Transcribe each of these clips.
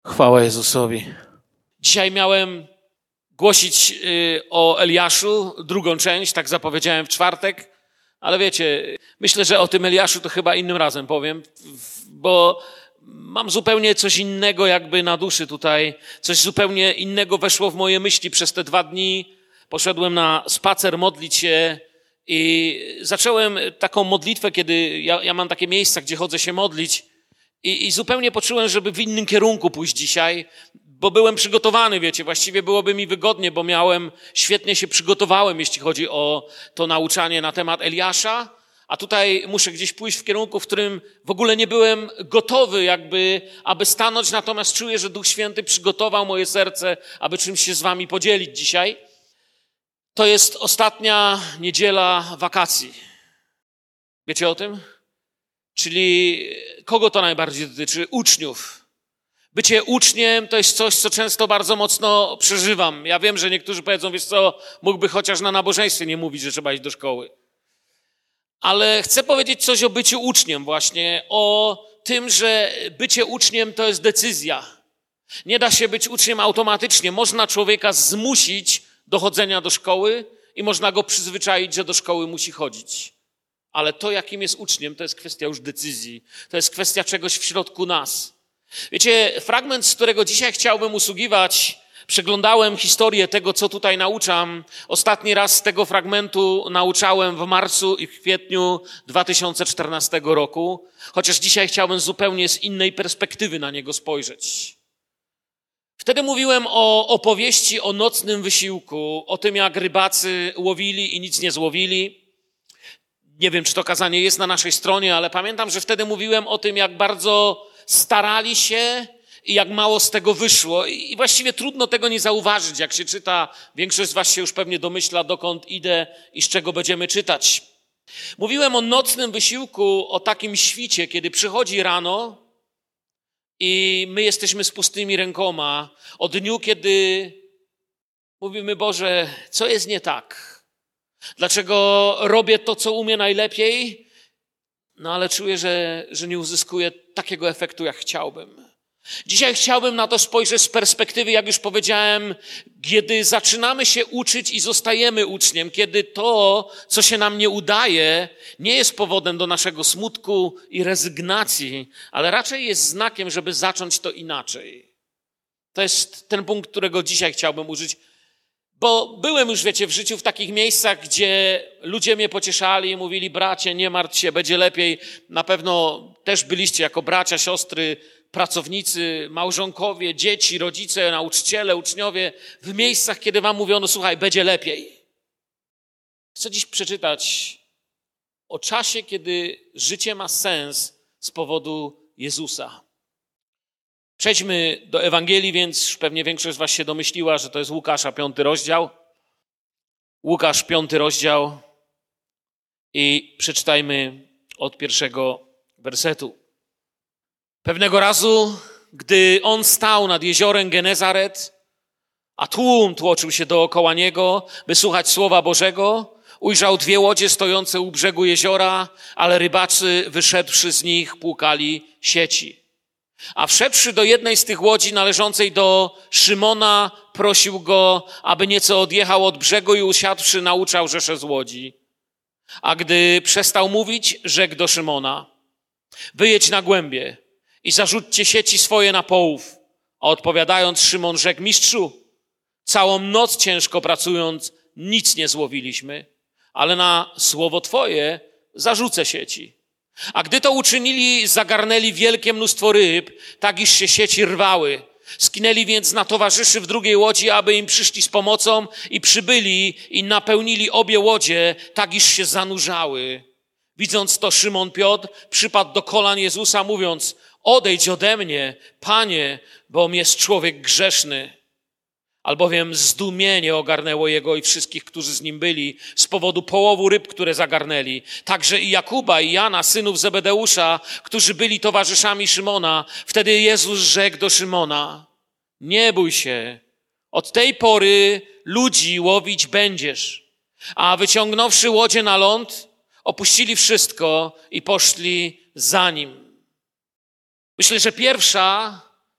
Chwała Jezusowi. Dzisiaj miałem głosić o Eliaszu, drugą część, tak zapowiedziałem w czwartek, ale wiecie, myślę, że o tym Eliaszu to chyba innym razem powiem, bo mam zupełnie coś innego jakby na duszy tutaj, coś zupełnie innego weszło w moje myśli przez te 2 dni. Poszedłem na spacer modlić się i zacząłem taką modlitwę, kiedy ja mam takie miejsca, gdzie chodzę się modlić i zupełnie poczułem, żeby w innym kierunku pójść dzisiaj, bo byłem przygotowany, wiecie, właściwie byłoby mi wygodnie, bo świetnie się przygotowałem, jeśli chodzi o to nauczanie na temat Eliasza, a tutaj muszę gdzieś pójść w kierunku, w którym w ogóle nie byłem gotowy aby stanąć, natomiast czuję, że Duch Święty przygotował moje serce, aby czymś się z wami podzielić dzisiaj. To jest ostatnia niedziela wakacji. Wiecie o tym? Czyli kogo to najbardziej dotyczy? Uczniów. Bycie uczniem to jest coś, co często bardzo mocno przeżywam. Ja wiem, że niektórzy powiedzą, wiesz co, mógłby chociaż na nabożeństwie nie mówić, że trzeba iść do szkoły. Ale chcę powiedzieć coś o byciu uczniem właśnie, o tym, że bycie uczniem to jest decyzja. Nie da się być uczniem automatycznie. Można człowieka zmusić do chodzenia do szkoły i można go przyzwyczaić, że do szkoły musi chodzić. Ale to, jakim jest uczniem, to jest kwestia już decyzji. To jest kwestia czegoś w środku nas. Wiecie, fragment, z którego dzisiaj chciałbym usługiwać, przeglądałem historię tego, co tutaj nauczam. Ostatni raz z tego fragmentu nauczałem w marcu i w kwietniu 2014 roku, chociaż dzisiaj chciałbym zupełnie z innej perspektywy na niego spojrzeć. Wtedy mówiłem o opowieści o nocnym wysiłku, o tym, jak rybacy łowili i nic nie złowili. Nie wiem, czy to kazanie jest na naszej stronie, ale pamiętam, że wtedy mówiłem o tym, jak bardzo starali się i jak mało z tego wyszło. I właściwie trudno tego nie zauważyć, jak się czyta. Większość z was się już pewnie domyśla, dokąd idę i z czego będziemy czytać. Mówiłem o nocnym wysiłku, o takim świcie, kiedy przychodzi rano i my jesteśmy z pustymi rękoma. O dniu, kiedy mówimy, Boże, co jest nie tak? Dlaczego robię to, co umiem najlepiej? No ale czuję, że nie uzyskuję takiego efektu, jak chciałbym. Dzisiaj chciałbym na to spojrzeć z perspektywy, jak już powiedziałem, kiedy zaczynamy się uczyć i zostajemy uczniem, kiedy to, co się nam nie udaje, nie jest powodem do naszego smutku i rezygnacji, ale raczej jest znakiem, żeby zacząć to inaczej. To jest ten punkt, którego dzisiaj chciałbym użyć. Bo byłem już, wiecie, w życiu w takich miejscach, gdzie ludzie mnie pocieszali i mówili, bracie, nie martw się, będzie lepiej. Na pewno też byliście jako bracia, siostry, pracownicy, małżonkowie, dzieci, rodzice, nauczyciele, uczniowie, w miejscach, kiedy wam mówiono, słuchaj, będzie lepiej. Chcę dziś przeczytać o czasie, kiedy życie ma sens z powodu Jezusa. Przejdźmy do Ewangelii, więc już pewnie większość z was się domyśliła, że to jest Łukasza, 5 rozdział. Łukasz, 5 rozdział i przeczytajmy od 1 wersetu. Pewnego razu, gdy on stał nad jeziorem Genezaret, a tłum tłoczył się dookoła niego, by słuchać słowa Bożego, ujrzał 2 łodzie stojące u brzegu jeziora, ale rybacy, wyszedłszy z nich, płukali sieci. A wszedłszy do jednej z tych łodzi należącej do Szymona, prosił go, aby nieco odjechał od brzegu i usiadłszy nauczał rzeszę z łodzi. A gdy przestał mówić, rzekł do Szymona, wyjedź na głębie i zarzućcie sieci swoje na połów. A odpowiadając Szymon rzekł, mistrzu, całą noc ciężko pracując, nic nie złowiliśmy, ale na słowo Twoje zarzucę sieci. A gdy to uczynili, zagarnęli wielkie mnóstwo ryb, tak iż się sieci rwały. Skinęli więc na towarzyszy w drugiej łodzi, aby im przyszli z pomocą i przybyli i napełnili obie łodzie, tak iż się zanurzały. Widząc to, Szymon Piotr przypadł do kolan Jezusa, mówiąc, odejdź ode mnie, Panie, bom jest człowiek grzeszny. Albowiem zdumienie ogarnęło jego i wszystkich, którzy z nim byli, z powodu połowu ryb, które zagarnęli. Także i Jakuba i Jana, synów Zebedeusza, którzy byli towarzyszami Szymona. Wtedy Jezus rzekł do Szymona, nie bój się, od tej pory ludzi łowić będziesz. A wyciągnąwszy łodzie na ląd, opuścili wszystko i poszli za nim. Myślę, że pierwsza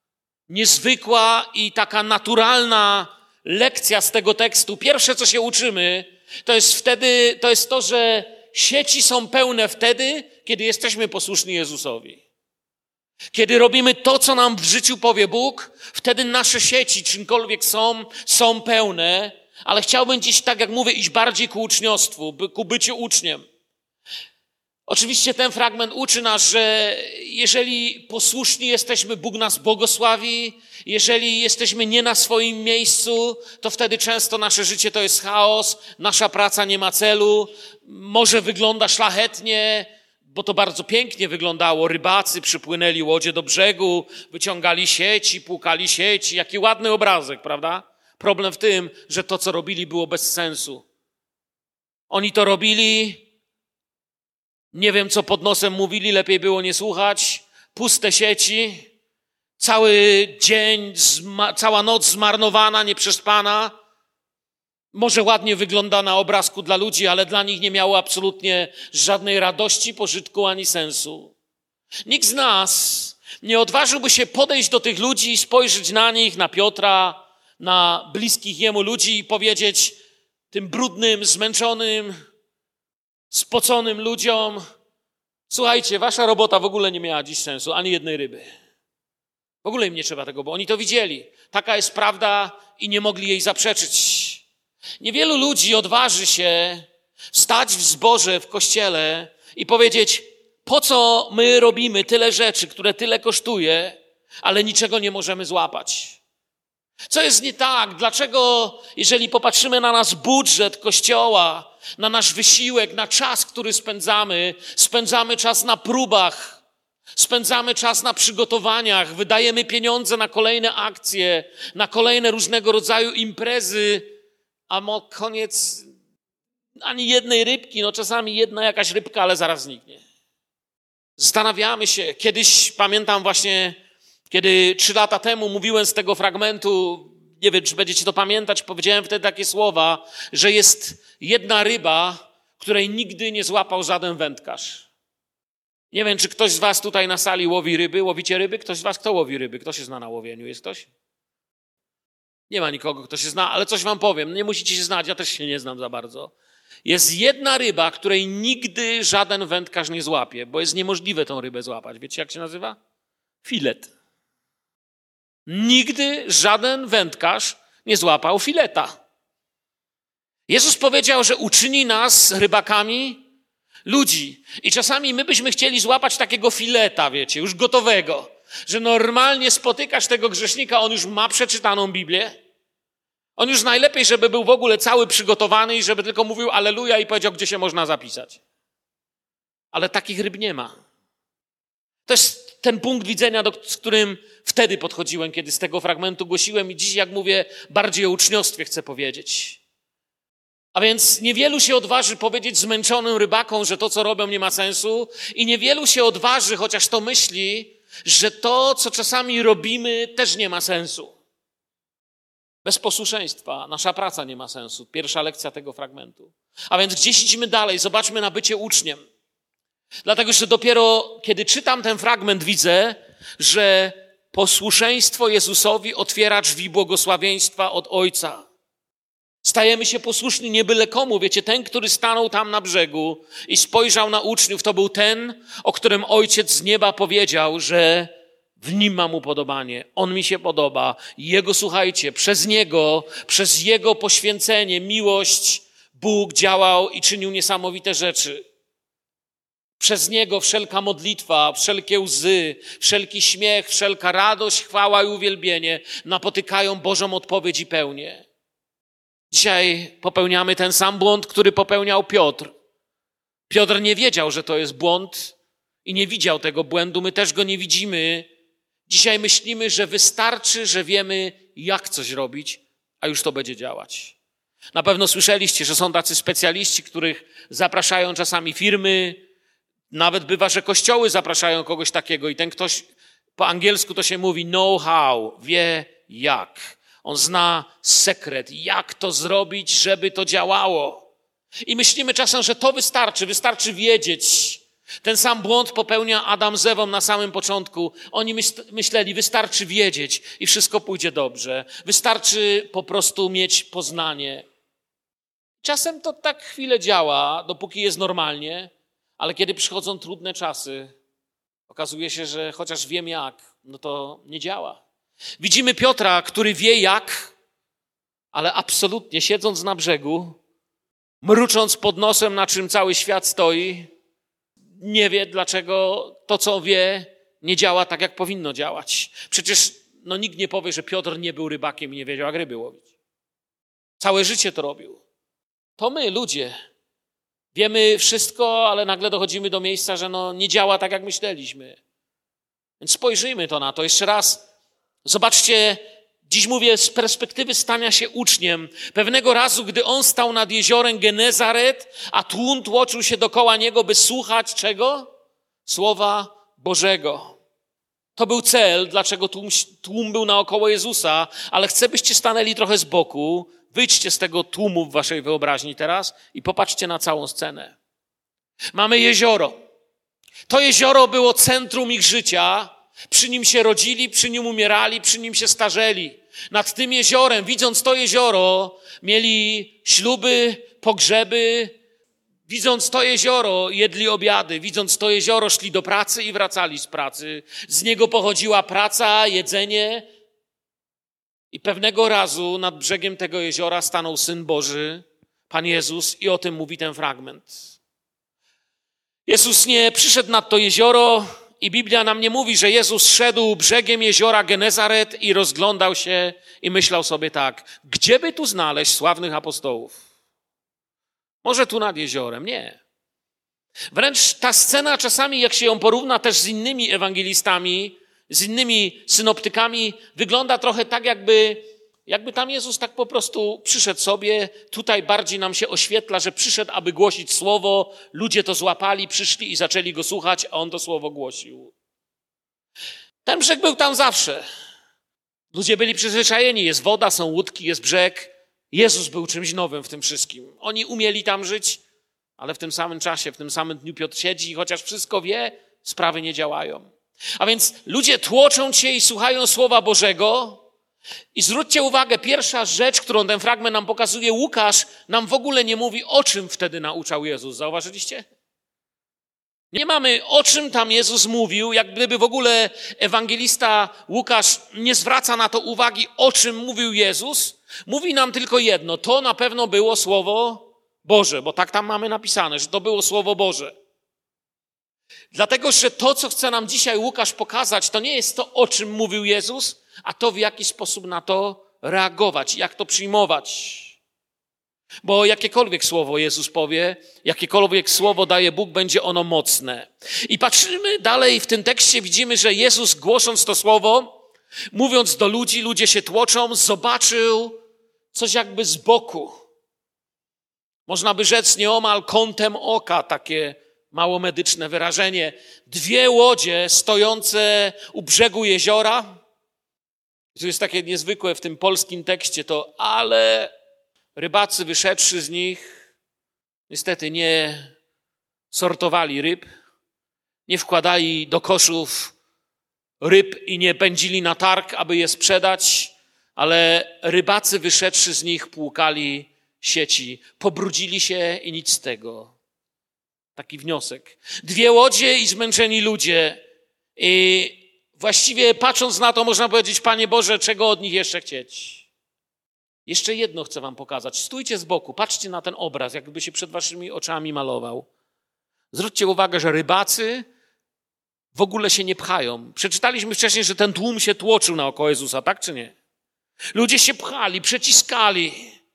niezwykła i taka naturalna lekcja z tego tekstu. Pierwsze, co się uczymy, to jest to, że sieci są pełne wtedy, kiedy jesteśmy posłuszni Jezusowi. Kiedy robimy to, co nam w życiu powie Bóg, wtedy nasze sieci, czymkolwiek są pełne, ale chciałbym dziś, tak jak mówię, iść bardziej ku uczniostwu, ku byciu uczniem. Oczywiście ten fragment uczy nas, że jeżeli posłuszni jesteśmy, Bóg nas błogosławi. Jeżeli jesteśmy nie na swoim miejscu, to wtedy często nasze życie to jest chaos, nasza praca nie ma celu, może wygląda szlachetnie, bo to bardzo pięknie wyglądało. Rybacy przypłynęli łodzie do brzegu, wyciągali sieci, płukali sieci. Jaki ładny obrazek, prawda? Problem w tym, że to, co robili, było bez sensu. Oni to robili, nie wiem, co pod nosem mówili, lepiej było nie słuchać. Puste sieci, cały dzień, cała noc zmarnowana, nieprzespana. Może ładnie wygląda na obrazku dla ludzi, ale dla nich nie miało absolutnie żadnej radości, pożytku ani sensu. Nikt z nas nie odważyłby się podejść do tych ludzi i spojrzeć na nich, na Piotra, na bliskich jemu ludzi i powiedzieć tym brudnym, zmęczonym, spoconym ludziom: słuchajcie, wasza robota w ogóle nie miała dziś sensu, ani jednej ryby. W ogóle im nie trzeba tego, bo oni to widzieli. Taka jest prawda i nie mogli jej zaprzeczyć. Niewielu ludzi odważy się stać w zborze, w kościele i powiedzieć: po co my robimy tyle rzeczy, które tyle kosztuje, ale niczego nie możemy złapać? Co jest nie tak? Dlaczego, jeżeli popatrzymy na nasz budżet Kościoła, na nasz wysiłek, na czas, który spędzamy czas na próbach, spędzamy czas na przygotowaniach, wydajemy pieniądze na kolejne akcje, na kolejne różnego rodzaju imprezy, a koniec ani jednej rybki, czasami jedna jakaś rybka, ale zaraz zniknie. Zastanawiamy się. Kiedyś pamiętam właśnie, kiedy 3 lata temu mówiłem z tego fragmentu, nie wiem, czy będziecie to pamiętać, powiedziałem wtedy takie słowa, że jest jedna ryba, której nigdy nie złapał żaden wędkarz. Nie wiem, czy ktoś z was tutaj na sali łowi ryby. Łowicie ryby? Ktoś z was kto łowi ryby? Kto się zna na łowieniu? Jest ktoś? Nie ma nikogo, kto się zna, ale coś wam powiem. Nie musicie się znać, ja też się nie znam za bardzo. Jest jedna ryba, której nigdy żaden wędkarz nie złapie, bo jest niemożliwe tą rybę złapać. Wiecie, jak się nazywa? Filet. Nigdy żaden wędkarz nie złapał fileta. Jezus powiedział, że uczyni nas rybakami ludzi. I czasami my byśmy chcieli złapać takiego fileta, wiecie, już gotowego. Że normalnie spotykasz tego grzesznika, on już ma przeczytaną Biblię. On już najlepiej, żeby był w ogóle cały przygotowany i żeby tylko mówił alleluja i powiedział, gdzie się można zapisać. Ale takich ryb nie ma. To jest ten punkt widzenia, z którym wtedy podchodziłem, kiedy z tego fragmentu głosiłem i dziś, jak mówię, bardziej o uczniostwie chcę powiedzieć. A więc niewielu się odważy powiedzieć zmęczonym rybakom, że to, co robią, nie ma sensu i niewielu się odważy, chociaż to myśli, że to, co czasami robimy, też nie ma sensu. Bez posłuszeństwa nasza praca nie ma sensu. Pierwsza lekcja tego fragmentu. A więc gdzieś idźmy dalej, zobaczmy na bycie uczniem. Dlatego, że dopiero kiedy czytam ten fragment, widzę, że posłuszeństwo Jezusowi otwiera drzwi błogosławieństwa od Ojca. Stajemy się posłuszni nie byle komu. Wiecie, ten, który stanął tam na brzegu i spojrzał na uczniów, to był ten, o którym Ojciec z nieba powiedział, że w nim mam upodobanie. On mi się podoba. Jego, słuchajcie, przez Jego poświęcenie, miłość, Bóg działał i czynił niesamowite rzeczy. Przez Niego wszelka modlitwa, wszelkie łzy, wszelki śmiech, wszelka radość, chwała i uwielbienie napotykają Bożą odpowiedź i pełnię. Dzisiaj popełniamy ten sam błąd, który popełniał Piotr. Piotr nie wiedział, że to jest błąd i nie widział tego błędu. My też go nie widzimy. Dzisiaj myślimy, że wystarczy, że wiemy, jak coś robić, a już to będzie działać. Na pewno słyszeliście, że są tacy specjaliści, których zapraszają czasami firmy. Nawet bywa, że kościoły zapraszają kogoś takiego i ten ktoś, po angielsku to się mówi know how, wie jak. On zna sekret, jak to zrobić, żeby to działało. I myślimy czasem, że to wystarczy wiedzieć, Ten sam błąd popełnia Adam z Ewą na samym początku. Oni myśleli, wystarczy wiedzieć i wszystko pójdzie dobrze. Wystarczy po prostu mieć poznanie. Czasem to tak chwilę działa, dopóki jest normalnie, ale kiedy przychodzą trudne czasy, okazuje się, że chociaż wiem jak, no to nie działa. Widzimy Piotra, który wie jak, ale absolutnie siedząc na brzegu, mrucząc pod nosem, na czym cały świat stoi, nie wie, dlaczego to, co wie, nie działa tak, jak powinno działać. Przecież nikt nie powie, że Piotr nie był rybakiem i nie wiedział, jak ryby łowić. Całe życie to robił. To my, ludzie, wiemy wszystko, ale nagle dochodzimy do miejsca, że nie działa tak, jak myśleliśmy. Więc spojrzyjmy na to jeszcze raz. Zobaczcie, dziś mówię z perspektywy stania się uczniem. Pewnego razu, gdy on stał nad jeziorem Genezaret, a tłum tłoczył się dokoła niego, by słuchać czego? Słowa Bożego. To był cel, dlaczego tłum był naokoło Jezusa, ale chcę, byście stanęli trochę z boku. Wyjdźcie z tego tłumu w waszej wyobraźni teraz i popatrzcie na całą scenę. Mamy jezioro. To jezioro było centrum ich życia. Przy nim się rodzili, przy nim umierali, przy nim się starzeli. Nad tym jeziorem, widząc to jezioro, mieli śluby, pogrzeby. Widząc to jezioro, jedli obiady. Widząc to jezioro, szli do pracy i wracali z pracy. Z niego pochodziła praca, jedzenie. I pewnego razu nad brzegiem tego jeziora stanął Syn Boży, Pan Jezus, i o tym mówi ten fragment. Jezus nie przyszedł nad to jezioro i Biblia nam nie mówi, że Jezus szedł brzegiem jeziora Genezaret i rozglądał się i myślał sobie tak, gdzie by tu znaleźć sławnych apostołów? Może tu nad jeziorem? Nie. Wręcz ta scena czasami, jak się ją porówna też z innymi ewangelistami, z innymi synoptykami, wygląda trochę tak, jakby tam Jezus tak po prostu przyszedł sobie. Tutaj bardziej nam się oświetla, że przyszedł, aby głosić słowo. Ludzie to złapali, przyszli i zaczęli go słuchać, a on to słowo głosił. Ten brzeg był tam zawsze. Ludzie byli przyzwyczajeni. Jest woda, są łódki, jest brzeg. Jezus był czymś nowym w tym wszystkim. Oni umieli tam żyć, ale w tym samym czasie, w tym samym dniu Piotr siedzi i chociaż wszystko wie, sprawy nie działają. A więc ludzie tłoczą się i słuchają Słowa Bożego. I zwróćcie uwagę, pierwsza rzecz, którą ten fragment nam pokazuje, Łukasz nam w ogóle nie mówi, o czym wtedy nauczał Jezus. Zauważyliście? Nie mamy, o czym tam Jezus mówił, jak gdyby w ogóle ewangelista Łukasz nie zwraca na to uwagi, o czym mówił Jezus. Mówi nam tylko jedno, to na pewno było Słowo Boże, bo tak tam mamy napisane, że to było Słowo Boże. Dlatego, że to, co chce nam dzisiaj Łukasz pokazać, to nie jest to, o czym mówił Jezus, a to, w jaki sposób na to reagować, jak to przyjmować. Bo jakiekolwiek słowo Jezus powie, jakiekolwiek słowo daje Bóg, będzie ono mocne. I patrzymy dalej w tym tekście, widzimy, że Jezus, głosząc to słowo, mówiąc do ludzi, ludzie się tłoczą, zobaczył coś jakby z boku. Można by rzec nieomal kątem oka, takie mało medyczne wyrażenie. 2 łodzie stojące u brzegu jeziora. To jest takie niezwykłe w tym polskim tekście to, ale rybacy wyszedłszy z nich, niestety nie sortowali ryb, nie wkładali do koszów ryb i nie pędzili na targ, aby je sprzedać, ale rybacy wyszedłszy z nich płukali sieci, pobrudzili się i nic z tego. Taki wniosek. 2 łodzie i zmęczeni ludzie. I właściwie patrząc na to można powiedzieć, Panie Boże, czego od nich jeszcze chcieć? Jeszcze jedno chcę wam pokazać. Stójcie z boku, patrzcie na ten obraz, jakby się przed waszymi oczami malował. Zwróćcie uwagę, że rybacy w ogóle się nie pchają. Przeczytaliśmy wcześniej, że ten tłum się tłoczył naokoło Jezusa, tak czy nie? Ludzie się pchali, przeciskali.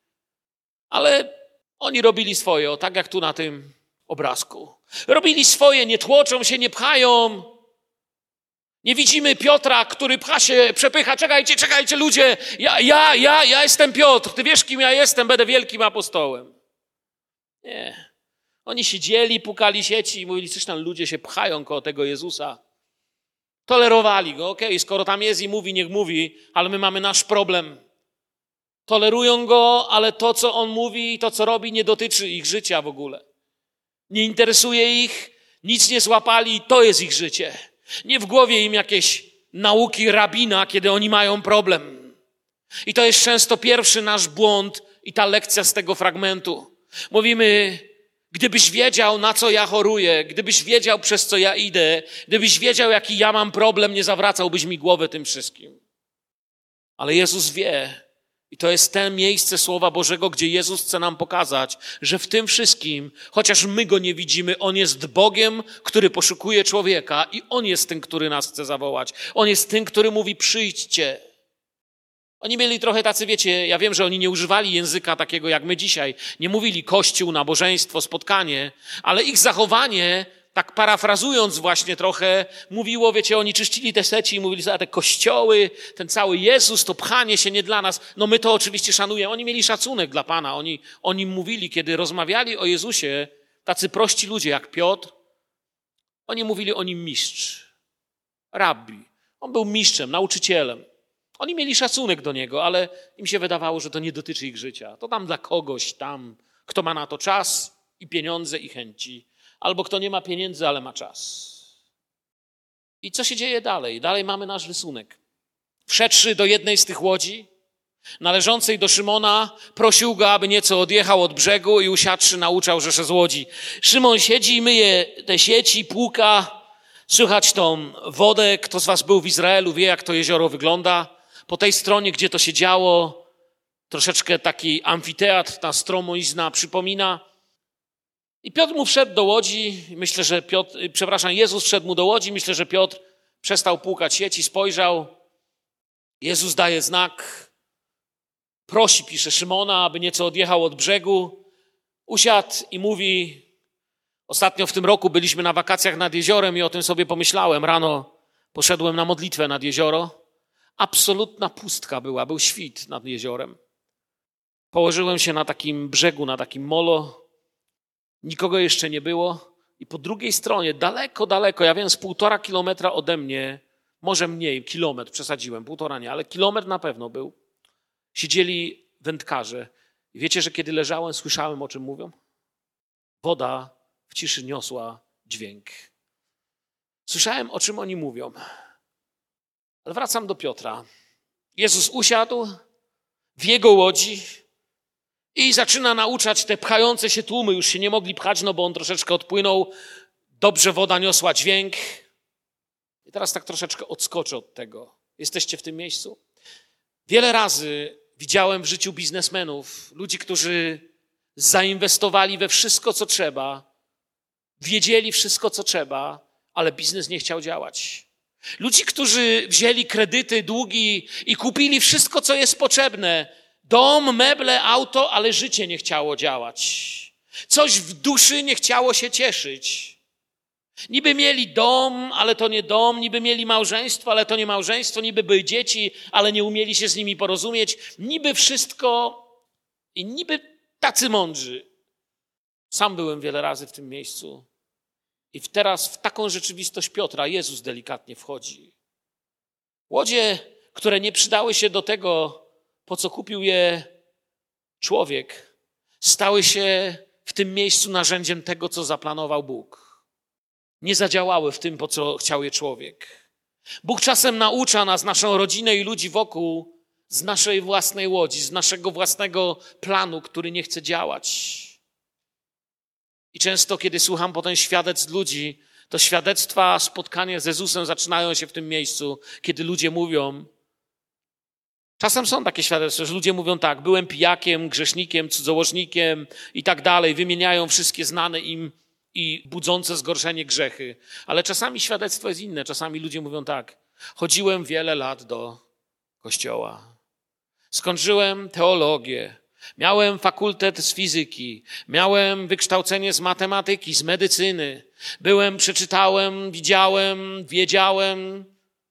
Ale oni robili swoje, tak jak tu na tym obrazku. Robili swoje, nie tłoczą się, nie pchają. Nie widzimy Piotra, który przepycha. Czekajcie ludzie, ja jestem Piotr. Ty wiesz, kim ja jestem, będę wielkim apostołem. Nie. Oni siedzieli, pukali sieci i mówili, coś tam ludzie się pchają koło tego Jezusa. Tolerowali go, okej, skoro tam jest i mówi, niech mówi, ale my mamy nasz problem. Tolerują go, ale to, co on mówi i to, co robi, nie dotyczy ich życia w ogóle. Nie interesuje ich, Nic nie złapali, to jest ich życie. Nie w głowie im jakieś nauki rabina, kiedy oni mają problem. I to jest często pierwszy nasz błąd i ta lekcja z tego fragmentu. Mówimy, gdybyś wiedział, na co ja choruję, gdybyś wiedział, przez co ja idę, gdybyś wiedział, jaki ja mam problem, nie zawracałbyś mi głowy tym wszystkim. Ale Jezus wie, i to jest to miejsce Słowa Bożego, gdzie Jezus chce nam pokazać, że w tym wszystkim, chociaż my Go nie widzimy, On jest Bogiem, który poszukuje człowieka i On jest tym, który nas chce zawołać. On jest tym, który mówi, przyjdźcie. Oni mieli trochę tacy, wiecie, ja wiem, że oni nie używali języka takiego jak my dzisiaj. Nie mówili kościół, nabożeństwo, spotkanie, ale ich zachowanie, tak parafrazując właśnie trochę, mówiło, wiecie, oni czyścili te seci i mówili, że te kościoły, ten cały Jezus, to pchanie się nie dla nas. No my to oczywiście szanujemy. Oni mieli szacunek dla Pana. Oni mówili, kiedy rozmawiali o Jezusie, tacy prości ludzie jak Piotr, oni mówili o Nim mistrz, rabbi. On był mistrzem, nauczycielem. Oni mieli szacunek do Niego, ale im się wydawało, że to nie dotyczy ich życia. To tam dla kogoś tam, kto ma na to czas i pieniądze i chęci. Albo kto nie ma pieniędzy, ale ma czas. I co się dzieje dalej? Dalej mamy nasz rysunek. Wszedłszy do jednej z tych łodzi, należącej do Szymona, prosił go, aby nieco odjechał od brzegu i usiadłszy nauczał rzesze z łodzi. Szymon siedzi i myje te sieci, płuka. Słychać tą wodę. Kto z was był w Izraelu, wie, jak to jezioro wygląda. Po tej stronie, gdzie to się działo, troszeczkę taki amfiteatr, ta stromizna przypomina. I Piotr mu wszedł do łodzi. Myślę, że Jezus wszedł mu do łodzi. Myślę, że Piotr przestał płukać sieci, spojrzał. Jezus daje znak. Prosi, pisze Szymona, aby nieco odjechał od brzegu. Usiadł i mówi, ostatnio w tym roku byliśmy na wakacjach nad jeziorem i o tym sobie pomyślałem. Rano poszedłem na modlitwę nad jezioro. Absolutna pustka był świt nad jeziorem. Położyłem się na takim brzegu, na takim molo. Nikogo jeszcze nie było. I po drugiej stronie, daleko, ja wiem, z 1,5 kilometra ode mnie, może mniej, kilometr, przesadziłem, 1,5 nie, ale kilometr na pewno był. Siedzieli wędkarze. I wiecie, że kiedy leżałem, słyszałem, o czym mówią? Woda w ciszy niosła dźwięk. Słyszałem, o czym oni mówią. Ale wracam do Piotra. Jezus usiadł w jego łodzi i zaczyna nauczać te pchające się tłumy. Już się nie mogli pchać, no bo on troszeczkę odpłynął. Dobrze woda niosła dźwięk. I teraz tak troszeczkę odskoczę od tego. Jesteście w tym miejscu? Wiele razy widziałem w życiu biznesmenów, ludzi, którzy zainwestowali we wszystko, co trzeba, wiedzieli wszystko, co trzeba, ale biznes nie chciał działać. Ludzi, którzy wzięli kredyty, długi i kupili wszystko, co jest potrzebne. Dom, meble, auto, ale życie nie chciało działać. Coś w duszy nie chciało się cieszyć. Niby mieli dom, ale to nie dom. Niby mieli małżeństwo, ale to nie małżeństwo. Niby były dzieci, ale nie umieli się z nimi porozumieć. Niby wszystko i niby tacy mądrzy. Sam byłem wiele razy w tym miejscu. I teraz w taką rzeczywistość Piotra Jezus delikatnie wchodzi. Łodzie, które nie przydały się do tego, po co kupił je człowiek, stały się w tym miejscu narzędziem tego, co zaplanował Bóg. Nie zadziałały w tym, po co chciał je człowiek. Bóg czasem naucza nas, naszą rodzinę i ludzi wokół, z naszej własnej łodzi, z naszego własnego planu, który nie chce działać. I często, kiedy słucham potem świadectw ludzi, to świadectwa, spotkania z Jezusem zaczynają się w tym miejscu, kiedy ludzie mówią, czasem są takie świadectwa, że ludzie mówią tak, byłem pijakiem, grzesznikiem, cudzołożnikiem i tak dalej, wymieniają wszystkie znane im i budzące zgorszenie grzechy. Ale czasami świadectwo jest inne, czasami ludzie mówią tak, chodziłem wiele lat do kościoła, skończyłem teologię, miałem fakultet z fizyki, miałem wykształcenie z matematyki, z medycyny. Przeczytałem, widziałem, wiedziałem,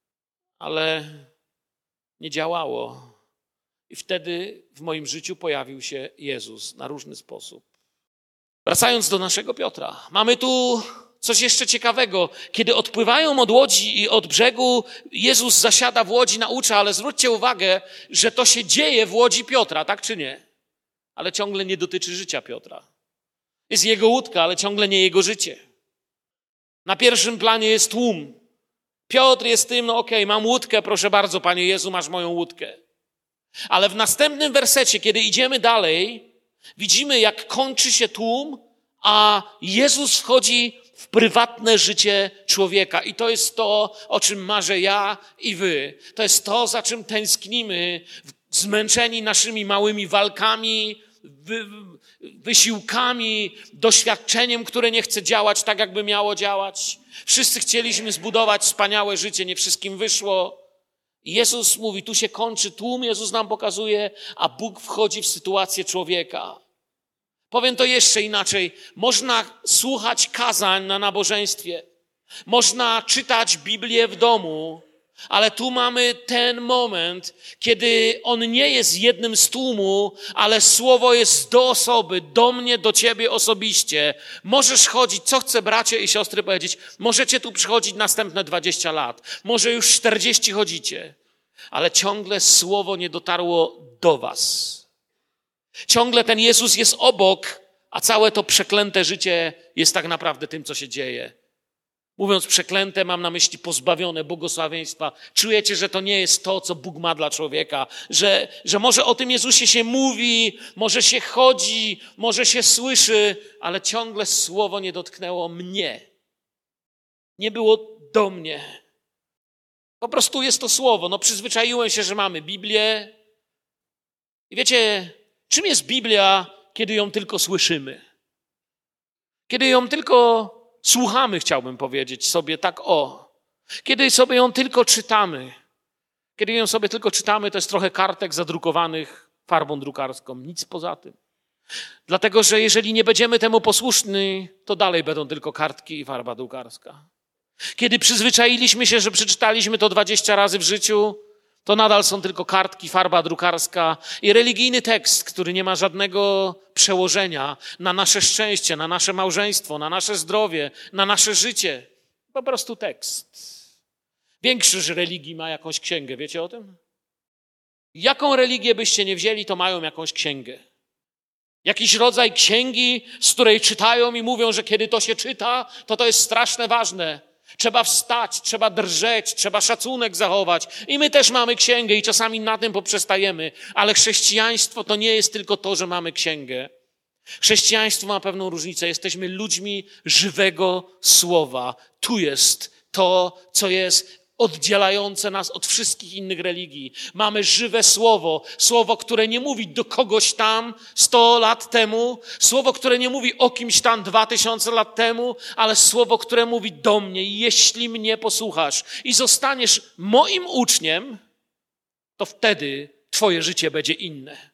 ale nie działało. I wtedy w moim życiu pojawił się Jezus na różny sposób. Wracając do naszego Piotra, mamy tu coś jeszcze ciekawego. Kiedy odpływają od łodzi i od brzegu, Jezus zasiada w łodzi, naucza, ale zwróćcie uwagę, że to się dzieje w łodzi Piotra, tak czy nie? Ale ciągle nie dotyczy życia Piotra. Jest jego łódka, ale ciągle nie jego życie. Na pierwszym planie jest tłum. Piotr jest tym, mam łódkę, proszę bardzo, Panie Jezu, masz moją łódkę. Ale w następnym wersecie, kiedy idziemy dalej, widzimy, jak kończy się tłum, a Jezus wchodzi w prywatne życie człowieka. I to jest to, o czym marzę ja i wy. To jest to, za czym tęsknimy, zmęczeni naszymi małymi walkami, wysiłkami, doświadczeniem, które nie chce działać tak, jakby miało działać. Wszyscy chcieliśmy zbudować wspaniałe życie, nie wszystkim wyszło. Jezus mówi, tu się kończy tłum, Jezus nam pokazuje, a Bóg wchodzi w sytuację człowieka. Powiem to jeszcze inaczej. Można słuchać kazań na nabożeństwie. Można czytać Biblię w domu, ale tu mamy ten moment, kiedy on nie jest jednym z tłumu, ale słowo jest do osoby, do mnie, do ciebie osobiście. Możesz chodzić, co chcę bracie i siostry powiedzieć, możecie tu przychodzić następne 20 lat, może już 40 chodzicie, ale ciągle słowo nie dotarło do was. Ciągle ten Jezus jest obok, a całe to przeklęte życie jest tak naprawdę tym, co się dzieje. Mówiąc przeklęte, mam na myśli pozbawione błogosławieństwa. Czujecie, że to nie jest to, co Bóg ma dla człowieka. Że może o tym Jezusie się mówi, może się chodzi, może się słyszy, ale ciągle słowo nie dotknęło mnie. Nie było do mnie. Po prostu jest to słowo. Przyzwyczaiłem się, że mamy Biblię. I wiecie, czym jest Biblia, kiedy ją tylko słyszymy? Kiedy ją tylko słuchamy, chciałbym powiedzieć sobie tak Kiedy sobie ją tylko czytamy. Kiedy ją sobie tylko czytamy, to jest trochę kartek zadrukowanych farbą drukarską. Nic poza tym. Dlatego, że jeżeli nie będziemy temu posłuszni, to dalej będą tylko kartki i farba drukarska. Kiedy przyzwyczailiśmy się, że przeczytaliśmy to 20 razy w życiu, to nadal są tylko kartki, farba drukarska i religijny tekst, który nie ma żadnego przełożenia na nasze szczęście, na nasze małżeństwo, na nasze zdrowie, na nasze życie. Po prostu tekst. Większość religii ma jakąś księgę, wiecie o tym? Jaką religię byście nie wzięli, to mają jakąś księgę. Jakiś rodzaj księgi, z której czytają i mówią, że kiedy to się czyta, to jest strasznie ważne. Trzeba wstać, trzeba drżeć, trzeba szacunek zachować. I my też mamy księgę i czasami na tym poprzestajemy. Ale chrześcijaństwo to nie jest tylko to, że mamy księgę. Chrześcijaństwo ma pewną różnicę. Jesteśmy ludźmi żywego słowa. Tu jest to, co jest oddzielające nas od wszystkich innych religii. Mamy żywe słowo. Słowo, które nie mówi do kogoś tam 100 lat temu. Słowo, które nie mówi o kimś tam 2000 lat temu, ale słowo, które mówi do mnie. Jeśli mnie posłuchasz i zostaniesz moim uczniem, to wtedy twoje życie będzie inne.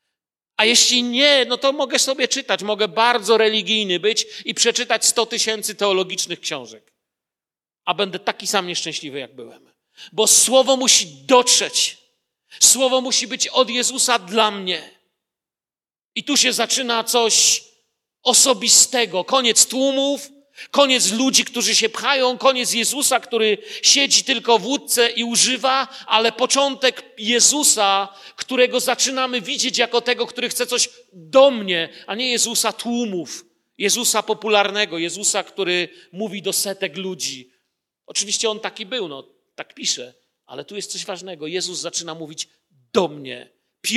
A jeśli nie, to mogę sobie czytać. Mogę bardzo religijny być i przeczytać 100 000 teologicznych książek. A będę taki sam nieszczęśliwy, jak byłem. Bo słowo musi dotrzeć. Słowo musi być od Jezusa dla mnie. I tu się zaczyna coś osobistego. Koniec tłumów, koniec ludzi, którzy się pchają, koniec Jezusa, który siedzi tylko w łódce i używa, ale początek Jezusa, którego zaczynamy widzieć jako tego, który chce coś do mnie, a nie Jezusa tłumów. Jezusa popularnego, Jezusa, który mówi do setek ludzi. Oczywiście on taki był, tak pisze, ale tu jest coś ważnego. Jezus zaczyna mówić do mnie.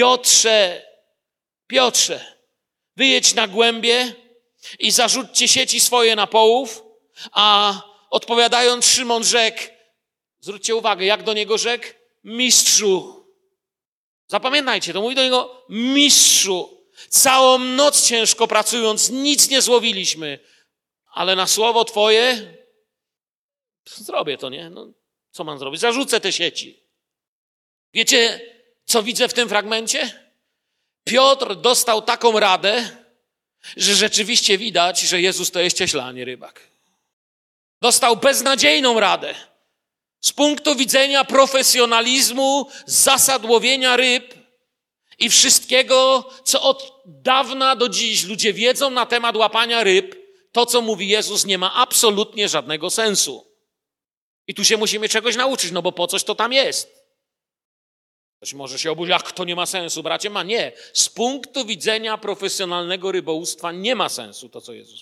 Piotrze, wyjedź na głębie i zarzućcie sieci swoje na połów, a odpowiadając Szymon rzekł, zwróćcie uwagę, jak do niego rzekł? Mistrzu. Zapamiętajcie, to mówi do niego mistrzu. Całą noc ciężko pracując, nic nie złowiliśmy, ale na słowo Twoje zrobię to, nie? Co mam zrobić? Zarzucę te sieci. Wiecie, co widzę w tym fragmencie? Piotr dostał taką radę, że rzeczywiście widać, że Jezus to jest cieśla, a nie rybak. Dostał beznadziejną radę. Z punktu widzenia profesjonalizmu, zasad łowienia ryb i wszystkiego, co od dawna do dziś ludzie wiedzą na temat łapania ryb, to, co mówi Jezus, nie ma absolutnie żadnego sensu. I tu się musimy czegoś nauczyć, bo po coś to tam jest. Ktoś może się oburzyć, jak to nie ma sensu, bracie? Nie. Z punktu widzenia profesjonalnego rybołówstwa nie ma sensu to, co Jezus mówi.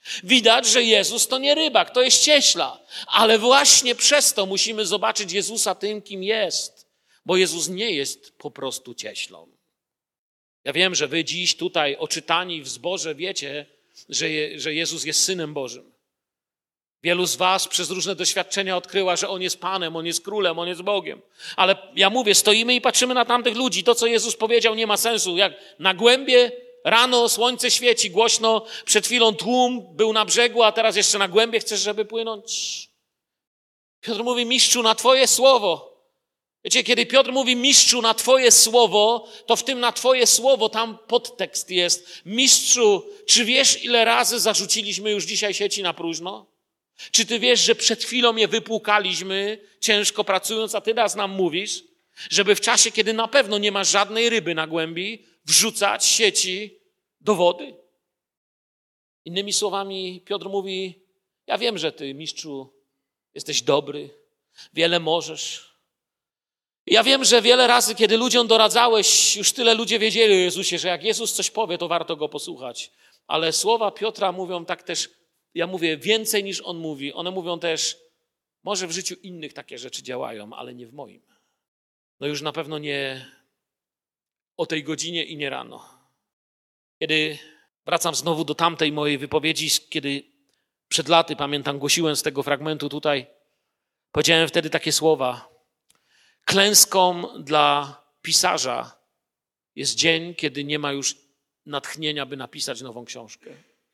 Widać, że Jezus to nie rybak, to jest cieśla. Ale właśnie przez to musimy zobaczyć Jezusa tym, kim jest. Bo Jezus nie jest po prostu cieślą. Ja wiem, że wy dziś tutaj oczytani w zborze wiecie, że Jezus jest Synem Bożym. Wielu z was przez różne doświadczenia odkryła, że On jest Panem, On jest Królem, On jest Bogiem. Ale ja mówię, stoimy i patrzymy na tamtych ludzi. To, co Jezus powiedział, nie ma sensu. Jak na głębie rano słońce świeci głośno, przed chwilą tłum był na brzegu, a teraz jeszcze na głębie chcesz, żeby płynąć. Piotr mówi, mistrzu, na Twoje słowo. Wiecie, kiedy Piotr mówi, mistrzu, na Twoje słowo, to w tym na Twoje słowo tam podtekst jest. Mistrzu, czy wiesz, ile razy zarzuciliśmy już dzisiaj sieci na próżno? Czy ty wiesz, że przed chwilą je wypłukaliśmy, ciężko pracując, a ty teraz nam mówisz, żeby w czasie, kiedy na pewno nie ma żadnej ryby na głębi, wrzucać sieci do wody? Innymi słowami, Piotr mówi, ja wiem, że ty, mistrzu, jesteś dobry, wiele możesz. Ja wiem, że wiele razy, kiedy ludziom doradzałeś, już tyle ludzie wiedzieli o Jezusie, że jak Jezus coś powie, to warto go posłuchać. Ale słowa Piotra mówią tak też, ja mówię więcej niż on mówi. One mówią też, może w życiu innych takie rzeczy działają, ale nie w moim. No już na pewno nie o tej godzinie i nie rano. Kiedy wracam znowu do tamtej mojej wypowiedzi, kiedy przed laty, pamiętam, głosiłem z tego fragmentu tutaj, powiedziałem wtedy takie słowa. Klęską dla pisarza jest dzień, kiedy nie ma już natchnienia, by napisać nową książkę.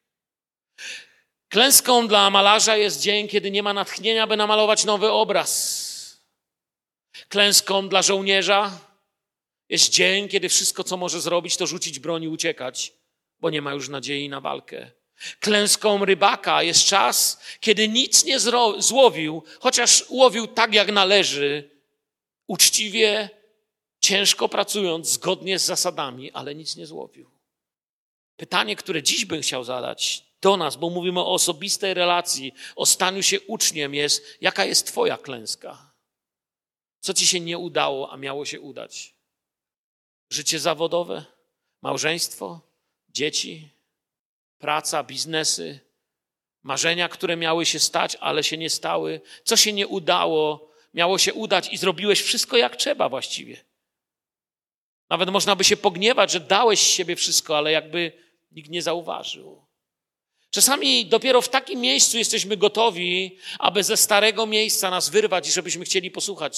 Klęską dla malarza jest dzień, kiedy nie ma natchnienia, by namalować nowy obraz. Klęską dla żołnierza jest dzień, kiedy wszystko, co może zrobić, to rzucić broń i uciekać, bo nie ma już nadziei na walkę. Klęską rybaka jest czas, kiedy nic nie złowił, chociaż łowił tak, jak należy, uczciwie, ciężko pracując, zgodnie z zasadami, ale nic nie złowił. Pytanie, które dziś bym chciał zadać do nas, bo mówimy o osobistej relacji, o staniu się uczniem, jest, jaka jest twoja klęska? Co ci się nie udało, a miało się udać? Życie zawodowe, małżeństwo, dzieci, praca, biznesy, marzenia, które miały się stać, ale się nie stały. Co się nie udało, miało się udać i zrobiłeś wszystko jak trzeba właściwie. Nawet można by się pogniewać, że dałeś z siebie wszystko, ale jakby nikt nie zauważył. Czasami dopiero w takim miejscu jesteśmy gotowi, aby ze starego miejsca nas wyrwać i żebyśmy chcieli posłuchać.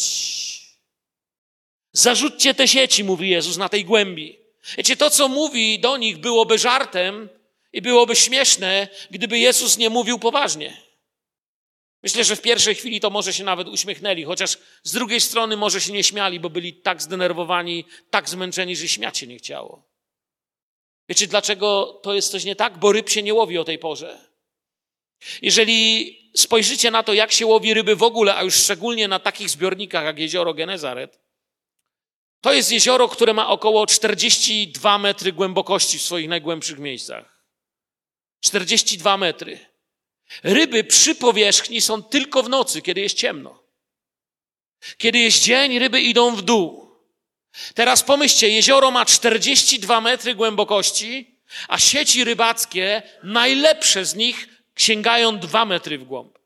Zarzućcie te sieci, mówi Jezus, na tej głębi. Wiecie, to, co mówi do nich, byłoby żartem i byłoby śmieszne, gdyby Jezus nie mówił poważnie. Myślę, że w pierwszej chwili to może się nawet uśmiechnęli, chociaż z drugiej strony może się nie śmiali, bo byli tak zdenerwowani, tak zmęczeni, że śmiać się nie chciało. Wiecie, dlaczego to jest coś nie tak? Bo ryb się nie łowi o tej porze. Jeżeli spojrzycie na to, jak się łowi ryby w ogóle, a już szczególnie na takich zbiornikach jak jezioro Genezaret, to jest jezioro, które ma około 42 metry głębokości w swoich najgłębszych miejscach. 42 metry. Ryby przy powierzchni są tylko w nocy, kiedy jest ciemno. Kiedy jest dzień, ryby idą w dół. Teraz pomyślcie, jezioro ma 42 metry głębokości, a sieci rybackie, najlepsze z nich, sięgają 2 metry w głąb.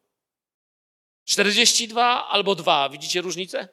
42 albo 2, widzicie różnicę?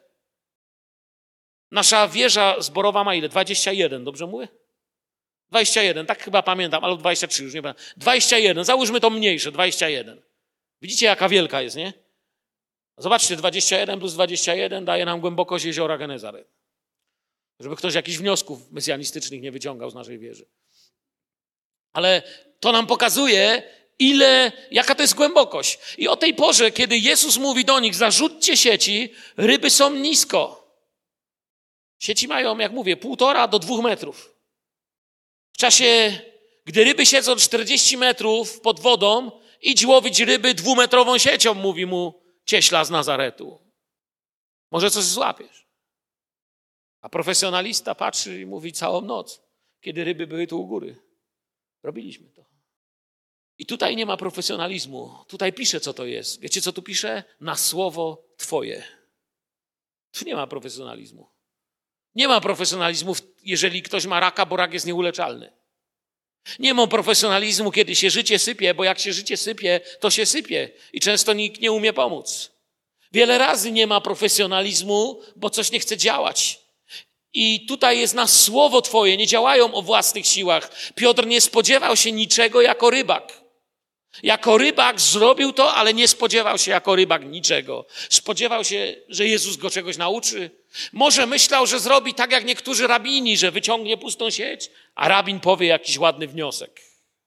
Nasza wieża zborowa ma ile? 21, dobrze mówię? 21, tak chyba pamiętam, albo 23, już nie pamiętam. 21, załóżmy to mniejsze, 21. Widzicie, jaka wielka jest, nie? Zobaczcie, 21 plus 21 daje nam głębokość jeziora Genezaret. Żeby ktoś jakichś wniosków mesjanistycznych nie wyciągał z naszej wieży. Ale to nam pokazuje, jaka to jest głębokość. I o tej porze, kiedy Jezus mówi do nich, zarzućcie sieci, ryby są nisko. Sieci mają, jak mówię, 1,5 do 2 metrów. W czasie, gdy ryby siedzą 40 metrów pod wodą, idź łowić ryby 2-metrową siecią, mówi mu cieśla z Nazaretu. Może coś złapiesz. A profesjonalista patrzy i mówi całą noc, kiedy ryby były tu u góry. Robiliśmy to. I tutaj nie ma profesjonalizmu. Tutaj pisze, co to jest. Wiecie, co tu pisze? Na słowo Twoje. Tu nie ma profesjonalizmu. Nie ma profesjonalizmu, jeżeli ktoś ma raka, bo rak jest nieuleczalny. Nie ma profesjonalizmu, kiedy się życie sypie, bo jak się życie sypie, to się sypie i często nikt nie umie pomóc. Wiele razy nie ma profesjonalizmu, bo coś nie chce działać. I tutaj jest na słowo Twoje, nie działają o własnych siłach. Piotr nie spodziewał się niczego jako rybak. Jako rybak zrobił to, ale nie spodziewał się jako rybak niczego. Spodziewał się, że Jezus go czegoś nauczy. Może myślał, że zrobi tak jak niektórzy rabini, że wyciągnie pustą sieć, a rabin powie jakiś ładny wniosek,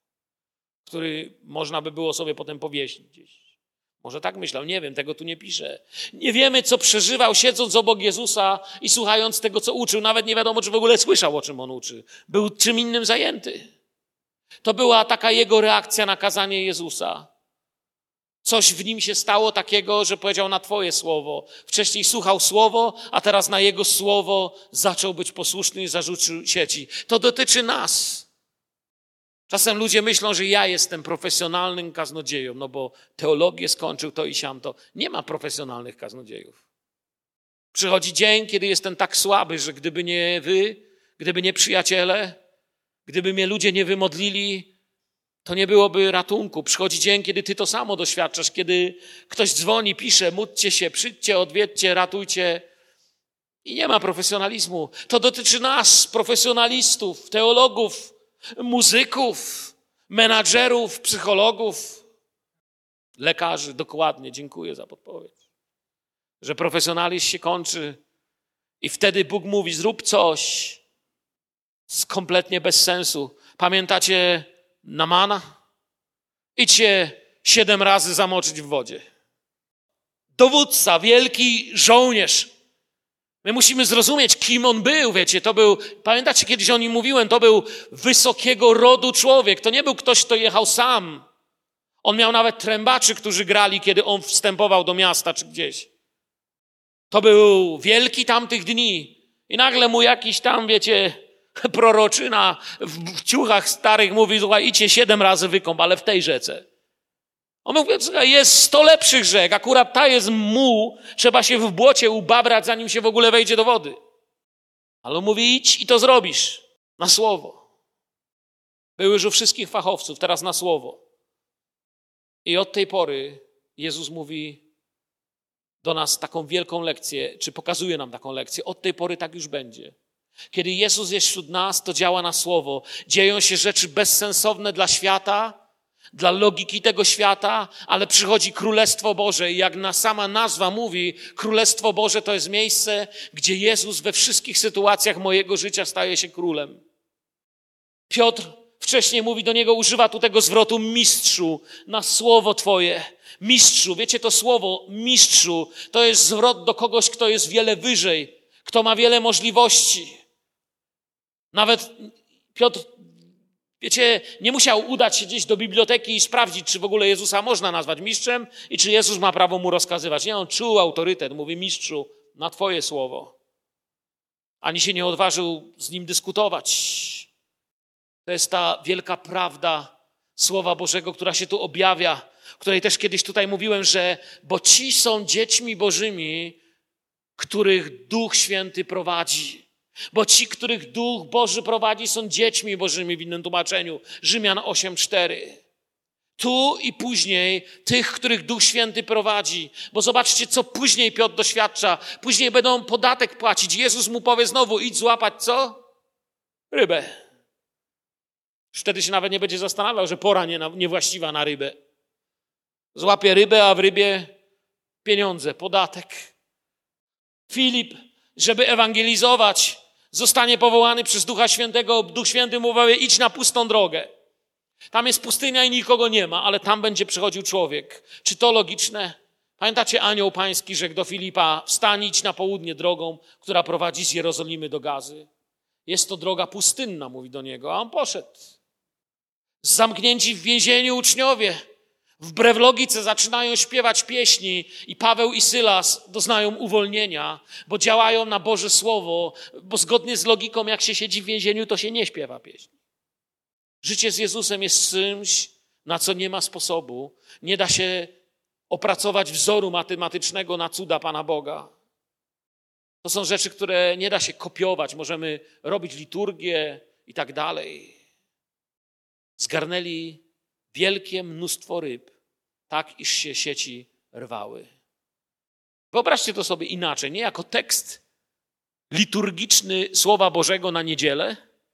który można by było sobie potem powiesić gdzieś. Może tak myślał, nie wiem, tego tu nie pisze. Nie wiemy, co przeżywał, siedząc obok Jezusa i słuchając tego, co uczył. Nawet nie wiadomo, czy w ogóle słyszał, o czym on uczy. Był czym innym zajęty. To była taka jego reakcja na kazanie Jezusa. Coś w nim się stało takiego, że powiedział na Twoje słowo. Wcześniej słuchał słowo, a teraz na jego słowo zaczął być posłuszny i zarzucił sieci. To dotyczy nas. Czasem ludzie myślą, że ja jestem profesjonalnym kaznodzieją, no bo teologię skończył to i siamto. Nie ma profesjonalnych kaznodziejów. Przychodzi dzień, kiedy jestem tak słaby, że gdyby nie wy, gdyby nie przyjaciele, gdyby mnie ludzie nie wymodlili, to nie byłoby ratunku. Przychodzi dzień, kiedy ty to samo doświadczasz, kiedy ktoś dzwoni, pisze, módlcie się, przyjdźcie, odwiedźcie, ratujcie. I nie ma profesjonalizmu. To dotyczy nas, profesjonalistów, teologów, muzyków, menadżerów, psychologów, lekarzy. Dokładnie, dziękuję za podpowiedź. Że profesjonalizm się kończy i wtedy Bóg mówi, zrób coś kompletnie bez sensu. Pamiętacie Namana? Idźcie 7 razy zamoczyć w wodzie. Dowódca, wielki żołnierz. My musimy zrozumieć, kim on był, wiecie. To był, pamiętacie, kiedyś o nim mówiłem, to był wysokiego rodu człowiek. To nie był ktoś, kto jechał sam. On miał nawet trębaczy, którzy grali, kiedy on wstępował do miasta czy gdzieś. To był wielki tamtych dni. I nagle mu jakiś tam, wiecie, proroczyna w ciuchach starych mówi, słuchaj, idźcie 7 razy wykąp, ale w tej rzece. On mówi, słuchaj, jest 100 lepszych rzek, akurat ta jest muł, trzeba się w błocie ubabrać, zanim się w ogóle wejdzie do wody. Ale on mówi, idź i to zrobisz. Na słowo. Był już u wszystkich fachowców, teraz na słowo. I od tej pory Jezus mówi do nas taką wielką lekcję, czy pokazuje nam taką lekcję. Od tej pory tak już będzie. Kiedy Jezus jest wśród nas, to działa na słowo. Dzieją się rzeczy bezsensowne dla świata, dla logiki tego świata, ale przychodzi Królestwo Boże i jak sama nazwa mówi, Królestwo Boże to jest miejsce, gdzie Jezus we wszystkich sytuacjach mojego życia staje się królem. Piotr wcześniej mówi do niego, używa tu tego zwrotu mistrzu, na słowo Twoje. Mistrzu, wiecie to słowo mistrzu, to jest zwrot do kogoś, kto jest wiele wyżej, kto ma wiele możliwości. Nawet Piotr, wiecie, nie musiał udać się gdzieś do biblioteki i sprawdzić, czy w ogóle Jezusa można nazwać mistrzem i czy Jezus ma prawo mu rozkazywać. Nie, on czuł autorytet, mówi mistrzu, na Twoje słowo. Ani się nie odważył z nim dyskutować. To jest ta wielka prawda Słowa Bożego, która się tu objawia, której też kiedyś tutaj mówiłem, że bo ci są dziećmi Bożymi, których Duch Święty prowadzi. Bo ci, których Duch Boży prowadzi, są dziećmi Bożymi w innym tłumaczeniu. Rzymian 8:4. Tu i później tych, których Duch Święty prowadzi. Bo zobaczcie, co później Piotr doświadcza. Później będą podatek płacić. Jezus mu powie znowu, idź złapać co? Rybę. Wtedy się nawet nie będzie zastanawiał, że pora niewłaściwa na rybę. Złapie rybę, a w rybie pieniądze, podatek. Filip, żeby ewangelizować, zostanie powołany przez Ducha Świętego. Duch Święty mu powie, idź na pustą drogę. Tam jest pustynia i nikogo nie ma, ale tam będzie przychodził człowiek. Czy to logiczne? Pamiętacie, anioł pański rzekł do Filipa, wstań, idź na południe drogą, która prowadzi z Jerozolimy do Gazy. Jest to droga pustynna, mówi do niego, a on poszedł. Zamknięci w więzieniu uczniowie wbrew logice zaczynają śpiewać pieśni i Paweł i Sylas doznają uwolnienia, bo działają na Boże Słowo, bo zgodnie z logiką, jak się siedzi w więzieniu, to się nie śpiewa pieśni. Życie z Jezusem jest czymś, na co nie ma sposobu. Nie da się opracować wzoru matematycznego na cuda Pana Boga. To są rzeczy, które nie da się kopiować. Możemy robić liturgię i tak dalej. zgarnęli wielkie mnóstwo ryb, tak iż się sieci rwały. Wyobraźcie to sobie inaczej, nie jako tekst liturgiczny Słowa Bożego na niedzielę,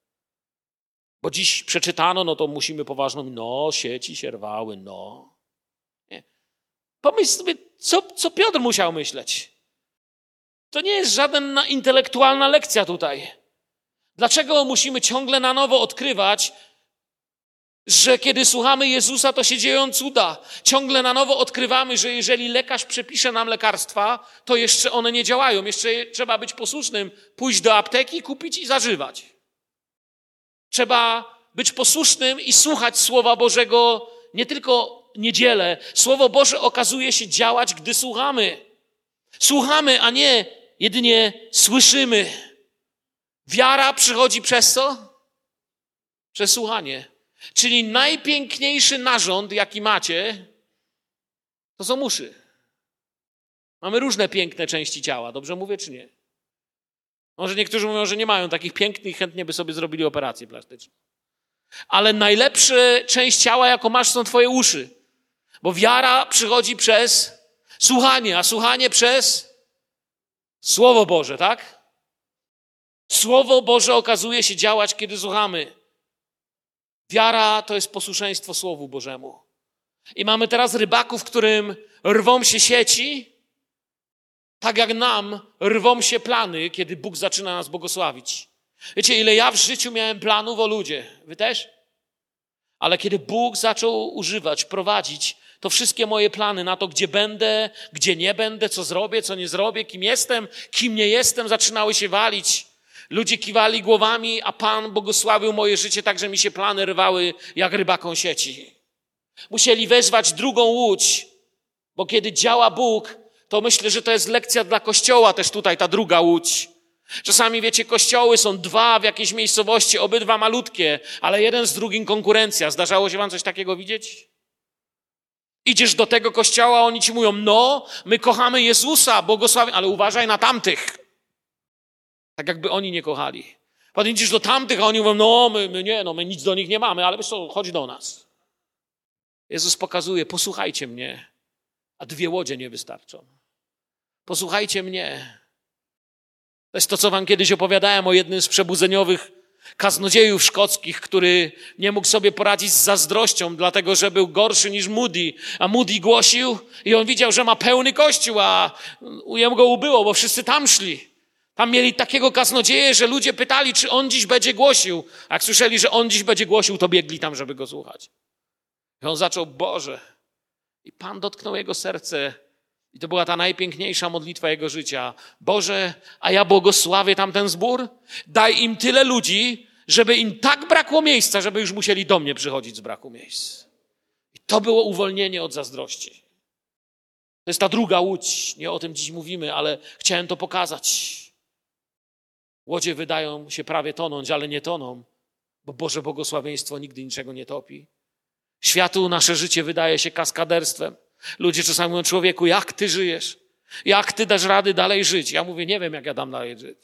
bo dziś przeczytano, no to musimy poważną, sieci się rwały, Nie. Pomyśl sobie, co Piotr musiał myśleć. To nie jest żadna intelektualna lekcja tutaj. Dlaczego musimy ciągle na nowo odkrywać, że kiedy słuchamy Jezusa, to się dzieją cuda. Ciągle na nowo odkrywamy, że jeżeli lekarz przepisze nam lekarstwa, to jeszcze one nie działają. Jeszcze trzeba być posłusznym, pójść do apteki, kupić i zażywać. Trzeba być posłusznym i słuchać Słowa Bożego nie tylko niedzielę. Słowo Boże okazuje się działać, gdy słuchamy. Słuchamy, a nie jedynie słyszymy. Wiara przychodzi przez co? Przez słuchanie. Czyli najpiękniejszy narząd, jaki macie, to są uszy. Mamy różne piękne części ciała, dobrze mówię czy nie? Może niektórzy mówią, że nie mają takich pięknych, chętnie by sobie zrobili operację plastyczną. Ale najlepsza część ciała, jaką masz, są twoje uszy. Bo wiara przychodzi przez słuchanie, a słuchanie przez Słowo Boże, tak? Słowo Boże okazuje się działać, kiedy słuchamy. Wiara to jest posłuszeństwo Słowu Bożemu. I mamy teraz rybaków, którym rwą się sieci, tak jak nam rwą się plany, kiedy Bóg zaczyna nas błogosławić. Wiecie, ile ja w życiu miałem planów o ludzie. Wy też? Ale kiedy Bóg zaczął używać, prowadzić, to wszystkie moje plany na to, gdzie będę, gdzie nie będę, co zrobię, co nie zrobię, kim jestem, kim nie jestem, zaczynały się walić. Ludzie kiwali głowami, a Pan błogosławił moje życie tak, że mi się plany rwały jak rybakom sieci. Musieli wezwać drugą łódź, bo kiedy działa Bóg, to myślę, że to jest lekcja dla Kościoła też tutaj, ta druga łódź. Czasami, wiecie, kościoły są dwa w jakiejś miejscowości, obydwa malutkie, ale jeden z drugim konkurencja. Zdarzało się wam coś takiego widzieć? Idziesz do tego kościoła, oni ci mówią, my kochamy Jezusa, błogosławiamy, ale uważaj na tamtych. Tak jakby oni nie kochali. Potem idziesz do tamtych, a oni mówią, my nic do nich nie mamy, ale wiesz co, chodź do nas. Jezus pokazuje, posłuchajcie mnie, a 2 łodzie nie wystarczą. Posłuchajcie mnie. To jest to, co wam kiedyś opowiadałem o jednym z przebudzeniowych kaznodziejów szkockich, który nie mógł sobie poradzić z zazdrością, dlatego że był gorszy niż Moody. A Moody głosił i on widział, że ma pełny kościół, a jemu go ubyło, bo wszyscy tam szli. Tam mieli takiego kaznodzieję, że ludzie pytali, czy on dziś będzie głosił. A jak słyszeli, że on dziś będzie głosił, to biegli tam, żeby go słuchać. I on zaczął, Boże. I Pan dotknął jego serce. I to była ta najpiękniejsza modlitwa jego życia. Boże, a ja błogosławię tamten zbór? Daj im tyle ludzi, żeby im tak brakło miejsca, żeby już musieli do mnie przychodzić z braku miejsc. I to było uwolnienie od zazdrości. To jest ta druga łódź. Nie o tym dziś mówimy, ale chciałem to pokazać. Łodzie wydają się prawie tonąć, ale nie toną, bo Boże błogosławieństwo nigdy niczego nie topi. Światu nasze życie wydaje się kaskaderstwem. Ludzie czasami mówią, człowieku, jak ty żyjesz? Jak ty dasz rady dalej żyć? Ja mówię, nie wiem, jak ja dam dalej żyć.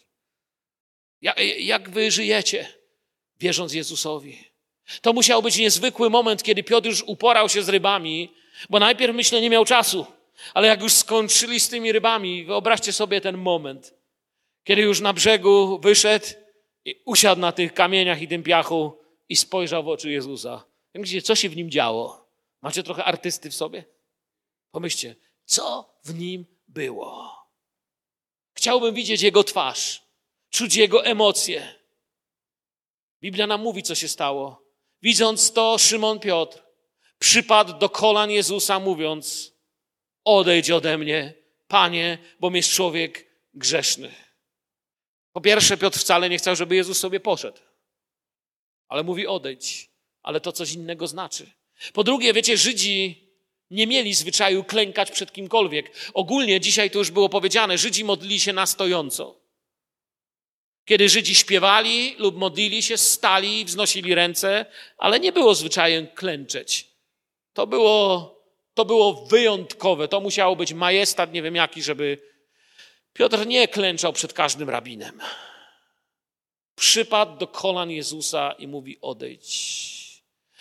Jak wy żyjecie, wierząc Jezusowi? To musiał być niezwykły moment, kiedy Piotr już uporał się z rybami, bo najpierw, myślę, nie miał czasu. Ale jak już skończyli z tymi rybami, wyobraźcie sobie ten moment, kiedy już na brzegu wyszedł i usiadł na tych kamieniach i tym piachu i spojrzał w oczy Jezusa. Jak myślicie, co się w nim działo? Macie trochę artysty w sobie? Pomyślcie, co w nim było? Chciałbym widzieć jego twarz, czuć jego emocje. Biblia nam mówi, co się stało. Widząc to, Szymon Piotr przypadł do kolan Jezusa, mówiąc, odejdź ode mnie, Panie, bom jest człowiek grzeszny. Po pierwsze, Piotr wcale nie chciał, żeby Jezus sobie poszedł. Ale mówi odejdź, ale to coś innego znaczy. Po drugie, wiecie, Żydzi nie mieli zwyczaju klękać przed kimkolwiek. Ogólnie dzisiaj to już było powiedziane, Żydzi modlili się na stojąco. Kiedy Żydzi śpiewali lub modlili się, stali i wznosili ręce, ale nie było zwyczajem klęczeć. To było wyjątkowe, to musiało być majestat, nie wiem jaki, żeby Piotr nie klęczał przed każdym rabinem. Przypadł do kolan Jezusa i mówi odejdź.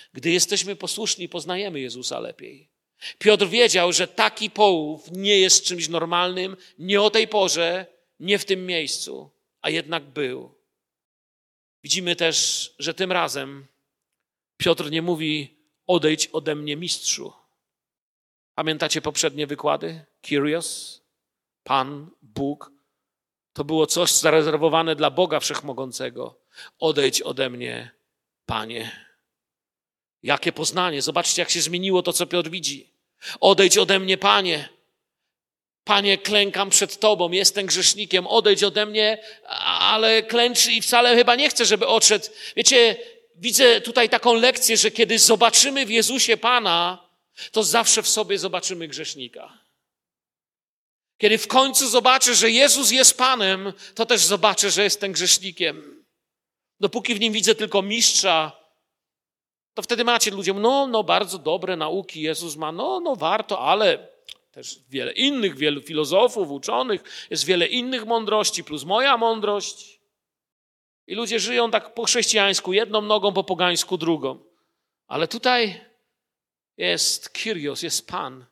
Gdy jesteśmy posłuszni, poznajemy Jezusa lepiej. Piotr wiedział, że taki połów nie jest czymś normalnym, nie o tej porze, nie w tym miejscu, a jednak był. Widzimy też, że tym razem Piotr nie mówi: odejdź ode mnie, mistrzu. Pamiętacie poprzednie wykłady? Kyrios, Pan, Bóg. To było coś zarezerwowane dla Boga Wszechmogącego. Odejdź ode mnie, Panie. Jakie poznanie. Zobaczcie, jak się zmieniło to, co Piotr widzi. Odejdź ode mnie, Panie. Panie, klękam przed Tobą, jestem grzesznikiem, odejdź ode mnie, ale klęczy i wcale chyba nie chce, żeby odszedł. Wiecie, widzę tutaj taką lekcję, że kiedy zobaczymy w Jezusie Pana, to zawsze w sobie zobaczymy grzesznika. Kiedy w końcu zobaczę, że Jezus jest Panem, to też zobaczę, że jestem grzesznikiem. Dopóki w nim widzę tylko mistrza, to wtedy macie ludzie, no bardzo dobre nauki Jezus ma, no warto, ale też wielu filozofów, uczonych, jest wiele innych mądrości, plus moja mądrość. I ludzie żyją tak po chrześcijańsku, jedną nogą, po pogańsku drugą. Ale tutaj jest Kyrios, jest Pan.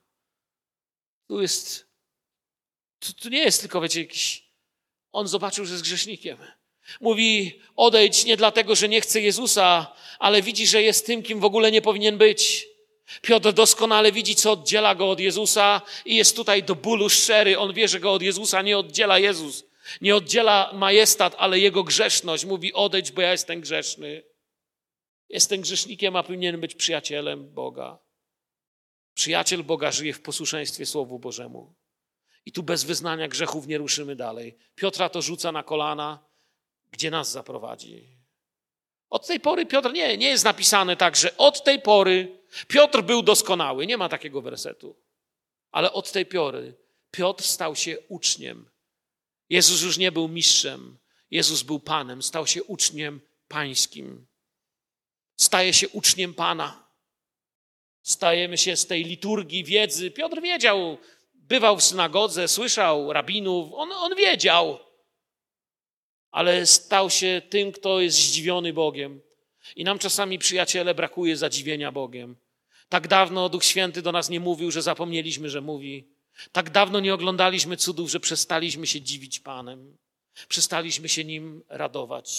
Tu nie jest tylko, wiecie, jakiś... On zobaczył, że jest grzesznikiem. Mówi, odejdź nie dlatego, że nie chce Jezusa, ale widzi, że jest tym, kim w ogóle nie powinien być. Piotr doskonale widzi, co oddziela go od Jezusa i jest tutaj do bólu szczery. On wie, że go od Jezusa nie oddziela Jezus. Nie oddziela majestat, ale jego grzeszność. Mówi, odejdź, bo ja jestem grzeszny. Jestem grzesznikiem, a powinien być przyjacielem Boga. Przyjaciel Boga żyje w posłuszeństwie Słowu Bożemu. I tu bez wyznania grzechów nie ruszymy dalej. Piotra to rzuca na kolana, gdzie nas zaprowadzi. Od tej pory Piotr nie jest napisane tak, że od tej pory Piotr był doskonały. Nie ma takiego wersetu. Ale od tej pory Piotr stał się uczniem. Jezus już nie był mistrzem. Jezus był Panem. Stał się uczniem pańskim. Staje się uczniem Pana. Stajemy się z tej liturgii wiedzy. Piotr wiedział, bywał w synagodze, słyszał rabinów. On wiedział. Ale stał się tym, kto jest zdziwiony Bogiem. I nam czasami, przyjaciele, brakuje zadziwienia Bogiem. Tak dawno Duch Święty do nas nie mówił, że zapomnieliśmy, że mówi. Tak dawno nie oglądaliśmy cudów, że przestaliśmy się dziwić Panem. Przestaliśmy się Nim radować.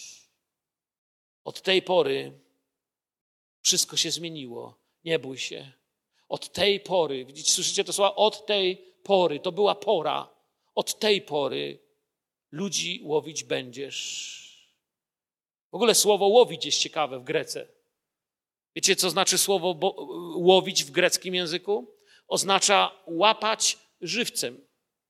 Od tej pory wszystko się zmieniło. Nie bój się. Od tej pory, widzicie, słyszycie to słowo? Od tej pory, to była pora. Od tej pory ludzi łowić będziesz. W ogóle słowo łowić jest ciekawe w Grece. Wiecie, co znaczy słowo łowić w greckim języku? Oznacza łapać żywcem.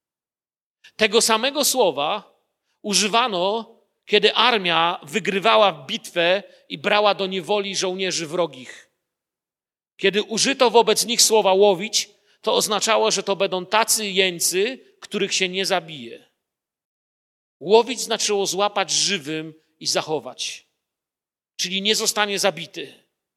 Tego samego słowa używano, kiedy armia wygrywała bitwę i brała do niewoli żołnierzy wrogich. Kiedy użyto wobec nich słowa łowić, to oznaczało, że to będą tacy jeńcy, których się nie zabije. Łowić znaczyło złapać żywym i zachować. Czyli nie zostanie zabity.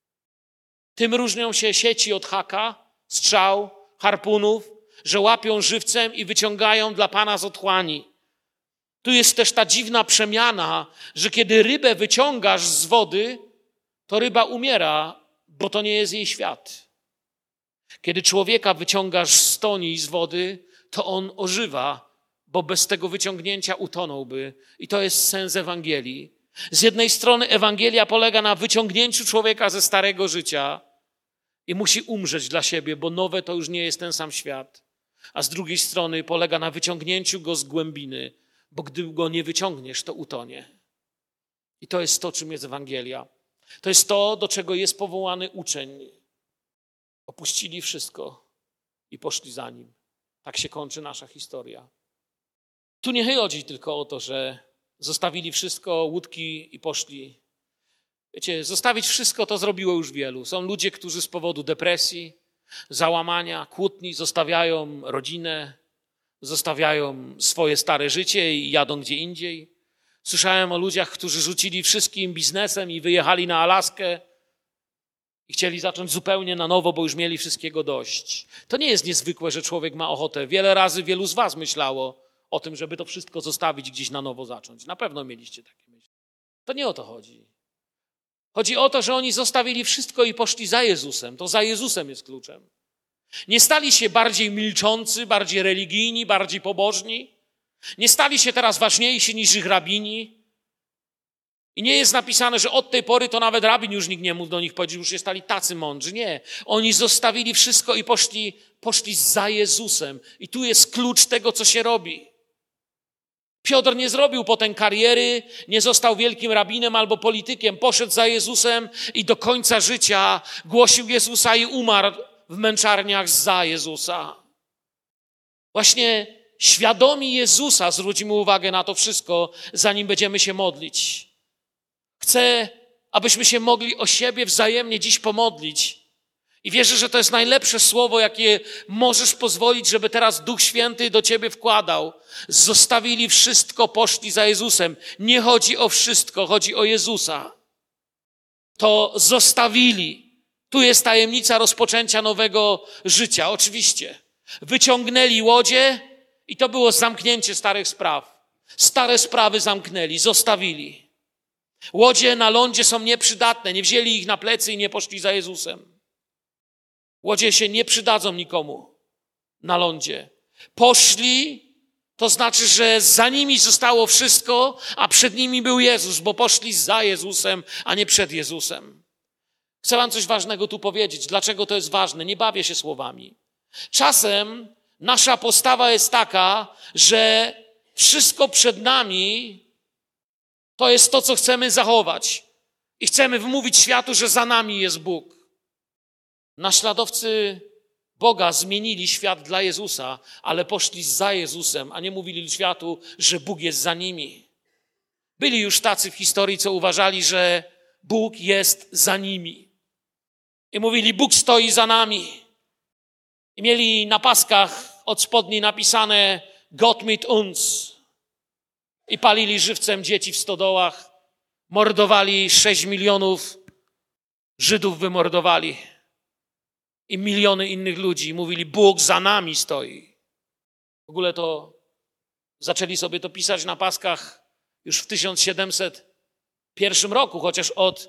Tym różnią się sieci od haka, strzał, harpunów, że łapią żywcem i wyciągają dla Pana z otchłani. Tu jest też ta dziwna przemiana, że kiedy rybę wyciągasz z wody, to ryba umiera, bo to nie jest jej świat. Kiedy człowieka wyciągasz z toni z wody, to on ożywa, bo bez tego wyciągnięcia utonąłby. I to jest sens Ewangelii. Z jednej strony Ewangelia polega na wyciągnięciu człowieka ze starego życia i musi umrzeć dla siebie, bo nowe to już nie jest ten sam świat. A z drugiej strony polega na wyciągnięciu go z głębiny, bo gdy go nie wyciągniesz, to utonie. I to jest to, czym jest Ewangelia. To jest to, do czego jest powołany uczeń. Opuścili wszystko i poszli za nim. Tak się kończy nasza historia. Tu nie chodzi tylko o to, że zostawili wszystko, łódki i poszli. Wiecie, zostawić wszystko to zrobiło już wielu. Są ludzie, którzy z powodu depresji, załamania, kłótni zostawiają rodzinę, zostawiają swoje stare życie i jadą gdzie indziej. Słyszałem o ludziach, którzy rzucili wszystkim biznesem i wyjechali na Alaskę i chcieli zacząć zupełnie na nowo, bo już mieli wszystkiego dość. To nie jest niezwykłe, że człowiek ma ochotę. Wiele razy wielu z was myślało o tym, żeby to wszystko zostawić, gdzieś na nowo zacząć. Na pewno mieliście takie myśli. To nie o to chodzi. Chodzi o to, że oni zostawili wszystko i poszli za Jezusem. To za Jezusem jest kluczem. Nie stali się bardziej milczący, bardziej religijni, bardziej pobożni. Nie stali się teraz ważniejsi niż ich rabini. I nie jest napisane, że od tej pory to nawet rabin już nikt nie mógł do nich powiedzieć, już się stali tacy mądrzy. Nie. Oni zostawili wszystko i poszli za Jezusem. I tu jest klucz tego, co się robi. Piotr nie zrobił potem kariery, nie został wielkim rabinem albo politykiem. Poszedł za Jezusem i do końca życia głosił Jezusa i umarł w męczarniach za Jezusa. Właśnie świadomi Jezusa zwrócimy uwagę na to wszystko, zanim będziemy się modlić. Chcę, abyśmy się mogli o siebie wzajemnie dziś pomodlić. I wierzę, że to jest najlepsze słowo, jakie możesz pozwolić, żeby teraz Duch Święty do ciebie wkładał. Zostawili wszystko, poszli za Jezusem. Nie chodzi o wszystko, chodzi o Jezusa. To zostawili. Tu jest tajemnica rozpoczęcia nowego życia, oczywiście. Wyciągnęli łodzie i to było zamknięcie starych spraw. Stare sprawy zamknęli, zostawili. Łodzie na lądzie są nieprzydatne, nie wzięli ich na plecy i nie poszli za Jezusem. Łodzie się nie przydadzą nikomu na lądzie. Poszli, to znaczy, że za nimi zostało wszystko, a przed nimi był Jezus, bo poszli za Jezusem, a nie przed Jezusem. Chcę wam coś ważnego tu powiedzieć. Dlaczego to jest ważne? Nie bawię się słowami. Czasem nasza postawa jest taka, że wszystko przed nami to jest to, co chcemy zachować. I chcemy wmówić światu, że za nami jest Bóg. Naśladowcy Boga zmienili świat dla Jezusa, ale poszli za Jezusem, a nie mówili światu, że Bóg jest za nimi. Byli już tacy w historii, co uważali, że Bóg jest za nimi. I mówili, Bóg stoi za nami. I mieli na paskach od spodni napisane Gott mit uns. I palili żywcem dzieci w stodołach. Mordowali 6 milionów Żydów wymordowali. I miliony innych ludzi. Mówili, Bóg za nami stoi. W ogóle to zaczęli sobie to pisać na paskach już w 1701 roku, chociaż od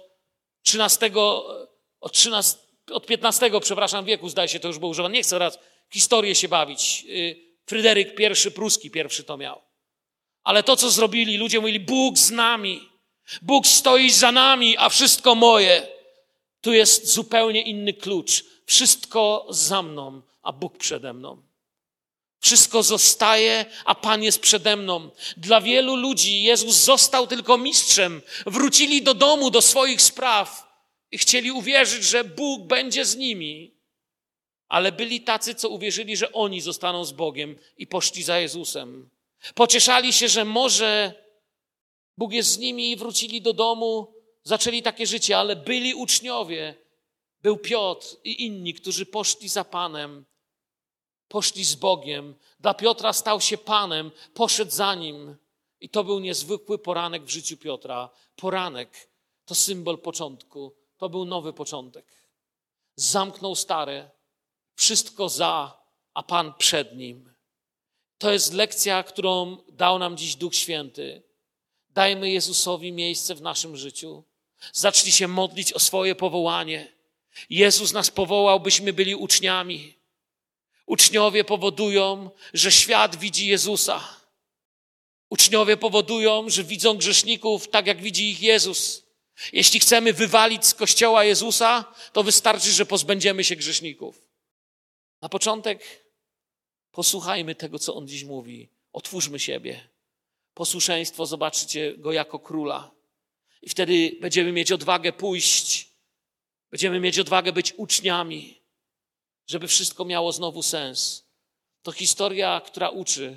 XV, wieku, zdaje się, to już było używane. Nie chcę raz w historię się bawić. Fryderyk I Pruski pierwszy to miał. Ale to, co zrobili, ludzie mówili, Bóg z nami. Bóg stoi za nami, a wszystko moje. Tu jest zupełnie inny klucz. Wszystko za mną, a Bóg przede mną. Wszystko zostaje, a Pan jest przede mną. Dla wielu ludzi Jezus został tylko mistrzem. Wrócili do domu, do swoich spraw i chcieli uwierzyć, że Bóg będzie z nimi. Ale byli tacy, co uwierzyli, że oni zostaną z Bogiem i poszli za Jezusem. Pocieszali się, że może Bóg jest z nimi i wrócili do domu, zaczęli takie życie, ale byli uczniowie. Był Piotr i inni, którzy poszli za Panem, poszli z Bogiem. Dla Piotra stał się Panem, poszedł za Nim. I to był niezwykły poranek w życiu Piotra. Poranek to symbol początku. To był nowy początek. Zamknął stare, wszystko za, a Pan przed nim. To jest lekcja, którą dał nam dziś Duch Święty. Dajmy Jezusowi miejsce w naszym życiu. Zacznij się modlić o swoje powołanie. Jezus nas powołał, byśmy byli uczniami. Uczniowie powodują, że świat widzi Jezusa. Uczniowie powodują, że widzą grzeszników tak, jak widzi ich Jezus. Jeśli chcemy wywalić z Kościoła Jezusa, to wystarczy, że pozbędziemy się grzeszników. Na początek posłuchajmy tego, co On dziś mówi. Otwórzmy siebie. Posłuszeństwo, zobaczycie Go jako Króla. I wtedy będziemy mieć odwagę pójść. Będziemy mieć odwagę być uczniami, żeby wszystko miało znowu sens. To historia, która uczy,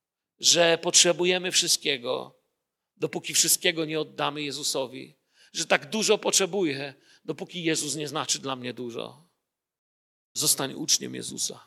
że potrzebujemy wszystkiego, dopóki wszystkiego nie oddamy Jezusowi. Że tak dużo potrzebuję, dopóki Jezus nie znaczy dla mnie dużo. Zostań uczniem Jezusa.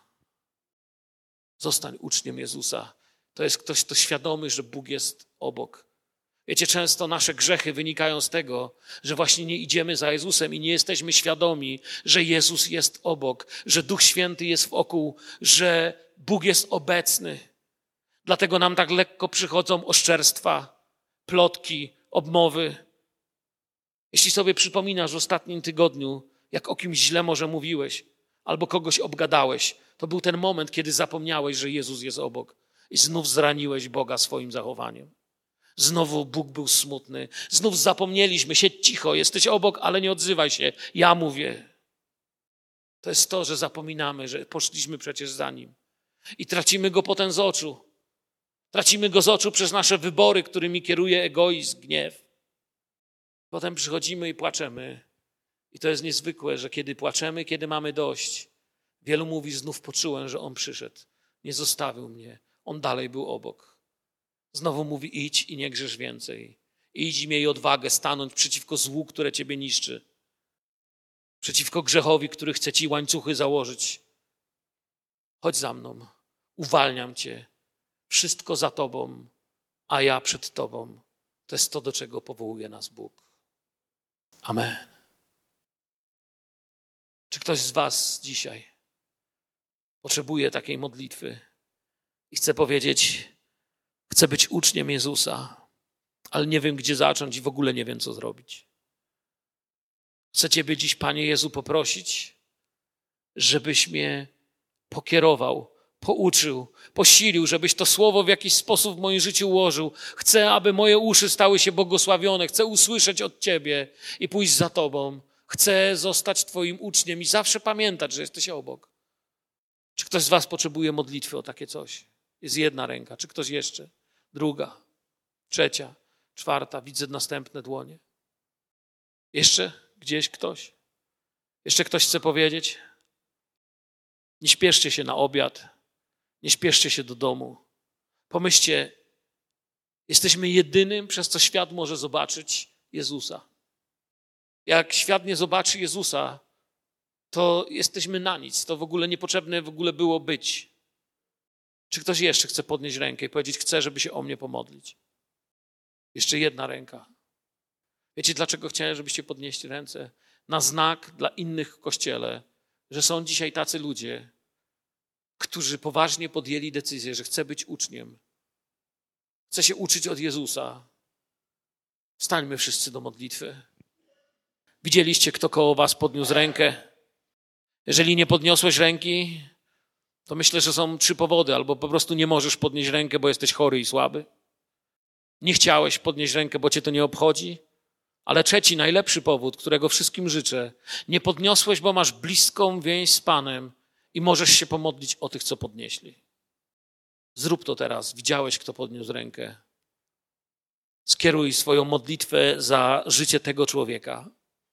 Zostań uczniem Jezusa. To jest ktoś, kto świadomy, że Bóg jest obok. Wiecie, często nasze grzechy wynikają z tego, że właśnie nie idziemy za Jezusem i nie jesteśmy świadomi, że Jezus jest obok, że Duch Święty jest wokół, że Bóg jest obecny. Dlatego nam tak lekko przychodzą oszczerstwa, plotki, obmowy. Jeśli sobie przypominasz w ostatnim tygodniu, jak o kimś źle może mówiłeś, albo kogoś obgadałeś, to był ten moment, kiedy zapomniałeś, że Jezus jest obok i znów zraniłeś Boga swoim zachowaniem. Znowu Bóg był smutny. Znów zapomnieliśmy, siedź cicho, jesteś obok, ale nie odzywaj się. Ja mówię. To jest to, że zapominamy, że poszliśmy przecież za Nim. I tracimy Go potem z oczu. Tracimy Go z oczu przez nasze wybory, którymi kieruje egoizm, gniew. Potem przychodzimy i płaczemy. I to jest niezwykłe, że kiedy płaczemy, kiedy mamy dość, wielu mówi, znów poczułem, że On przyszedł. Nie zostawił mnie. On dalej był obok. Znowu mówi, idź i nie grzesz więcej. Idź i miej odwagę stanąć przeciwko złu, które ciebie niszczy. Przeciwko grzechowi, który chce ci łańcuchy założyć. Chodź za mną. Uwalniam cię. Wszystko za tobą, a ja przed tobą. To jest to, do czego powołuje nas Bóg. Amen. Czy ktoś z was dzisiaj potrzebuje takiej modlitwy i chce powiedzieć, chcę być uczniem Jezusa, ale nie wiem, gdzie zacząć i w ogóle nie wiem, co zrobić. Chcę Ciebie dziś, Panie Jezu, poprosić, żebyś mnie pokierował, pouczył, posilił, żebyś to słowo w jakiś sposób w moim życiu ułożył. Chcę, aby moje uszy stały się błogosławione. Chcę usłyszeć od Ciebie i pójść za Tobą. Chcę zostać Twoim uczniem i zawsze pamiętać, że jesteś obok. Czy ktoś z was potrzebuje modlitwy o takie coś? Jest jedna ręka. Czy ktoś jeszcze? Druga, trzecia, czwarta. Widzę następne dłonie. Jeszcze gdzieś ktoś? Jeszcze ktoś chce powiedzieć? Nie śpieszcie się na obiad. Nie śpieszcie się do domu. Pomyślcie, jesteśmy jedynym, przez co świat może zobaczyć Jezusa. Jak świat nie zobaczy Jezusa, to jesteśmy na nic. To w ogóle niepotrzebne było być. Czy ktoś jeszcze chce podnieść rękę i powiedzieć, chcę, żeby się o mnie pomodlić? Jeszcze jedna ręka. Wiecie, dlaczego chciałem, żebyście podnieśli ręce? Na znak dla innych w Kościele, że są dzisiaj tacy ludzie, którzy poważnie podjęli decyzję, że chce być uczniem. Chce się uczyć od Jezusa. Wstańmy wszyscy do modlitwy. Widzieliście, kto koło was podniósł rękę? Jeżeli nie podniosłeś ręki, to myślę, że są 3 powody. Albo po prostu nie możesz podnieść rękę, bo jesteś chory i słaby. Nie chciałeś podnieść rękę, bo cię to nie obchodzi. Ale 3, najlepszy powód, którego wszystkim życzę. Nie podniosłeś, bo masz bliską więź z Panem i możesz się pomodlić o tych, co podnieśli. Zrób to teraz. Widziałeś, kto podniósł rękę. Skieruj swoją modlitwę za życie tego człowieka.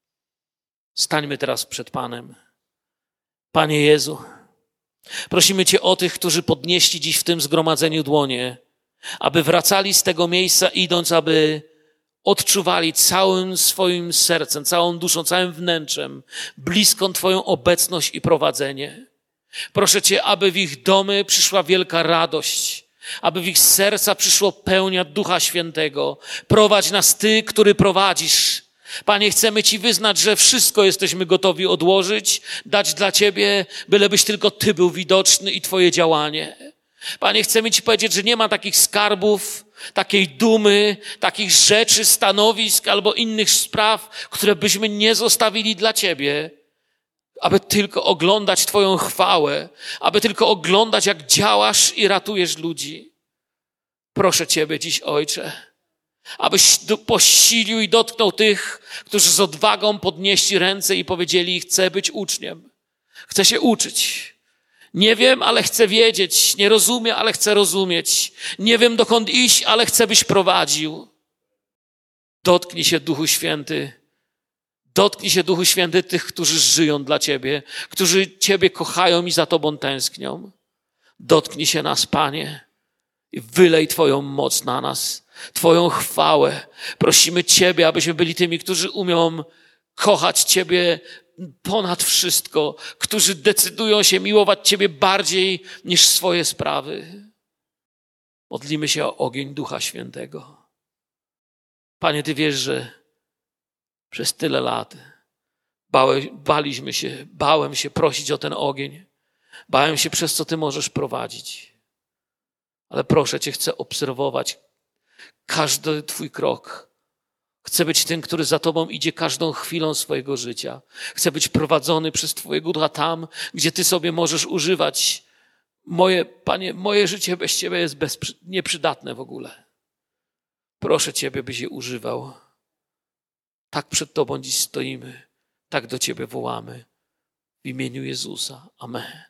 Stańmy teraz przed Panem. Panie Jezu, prosimy Cię o tych, którzy podnieśli dziś w tym zgromadzeniu dłonie, aby wracali z tego miejsca idąc, aby odczuwali całym swoim sercem, całą duszą, całym wnętrzem bliską Twoją obecność i prowadzenie. Proszę Cię, aby w ich domy przyszła wielka radość, aby w ich serca przyszło pełnia Ducha Świętego. Prowadź nas Ty, który prowadzisz. Panie, chcemy Ci wyznać, że wszystko jesteśmy gotowi odłożyć, dać dla Ciebie, bylebyś tylko Ty był widoczny i Twoje działanie. Panie, chcemy Ci powiedzieć, że nie ma takich skarbów, takiej dumy, takich rzeczy, stanowisk albo innych spraw, które byśmy nie zostawili dla Ciebie, aby tylko oglądać Twoją chwałę, aby tylko oglądać, jak działasz i ratujesz ludzi. Proszę Ciebie dziś, Ojcze, abyś posilił i dotknął tych, którzy z odwagą podnieśli ręce i powiedzieli, chcę być uczniem, chcę się uczyć. Nie wiem, ale chcę wiedzieć. Nie rozumiem, ale chcę rozumieć. Nie wiem, dokąd iść, ale chcę, byś prowadził. Dotknij się, Duchu Święty. Dotknij się, Duchu Święty, tych, którzy żyją dla Ciebie, którzy Ciebie kochają i za Tobą tęsknią. Dotknij się nas, Panie, i wylej Twoją moc na nas, Twoją chwałę. Prosimy Ciebie, abyśmy byli tymi, którzy umią kochać Ciebie ponad wszystko, którzy decydują się miłować Ciebie bardziej niż swoje sprawy. Modlimy się o ogień Ducha Świętego. Panie, Ty wiesz, że przez tyle lat bałem się prosić o ten ogień. Bałem się, przez co Ty możesz prowadzić. Ale proszę Cię, chcę obserwować każdy Twój krok. Chcę być tym, który za Tobą idzie każdą chwilą swojego życia. Chcę być prowadzony przez Twojego Ducha tam, gdzie Ty sobie możesz używać. Panie, moje życie bez Ciebie jest nieprzydatne w ogóle. Proszę Ciebie, byś je używał. Tak przed Tobą dziś stoimy. Tak do Ciebie wołamy. W imieniu Jezusa. Amen.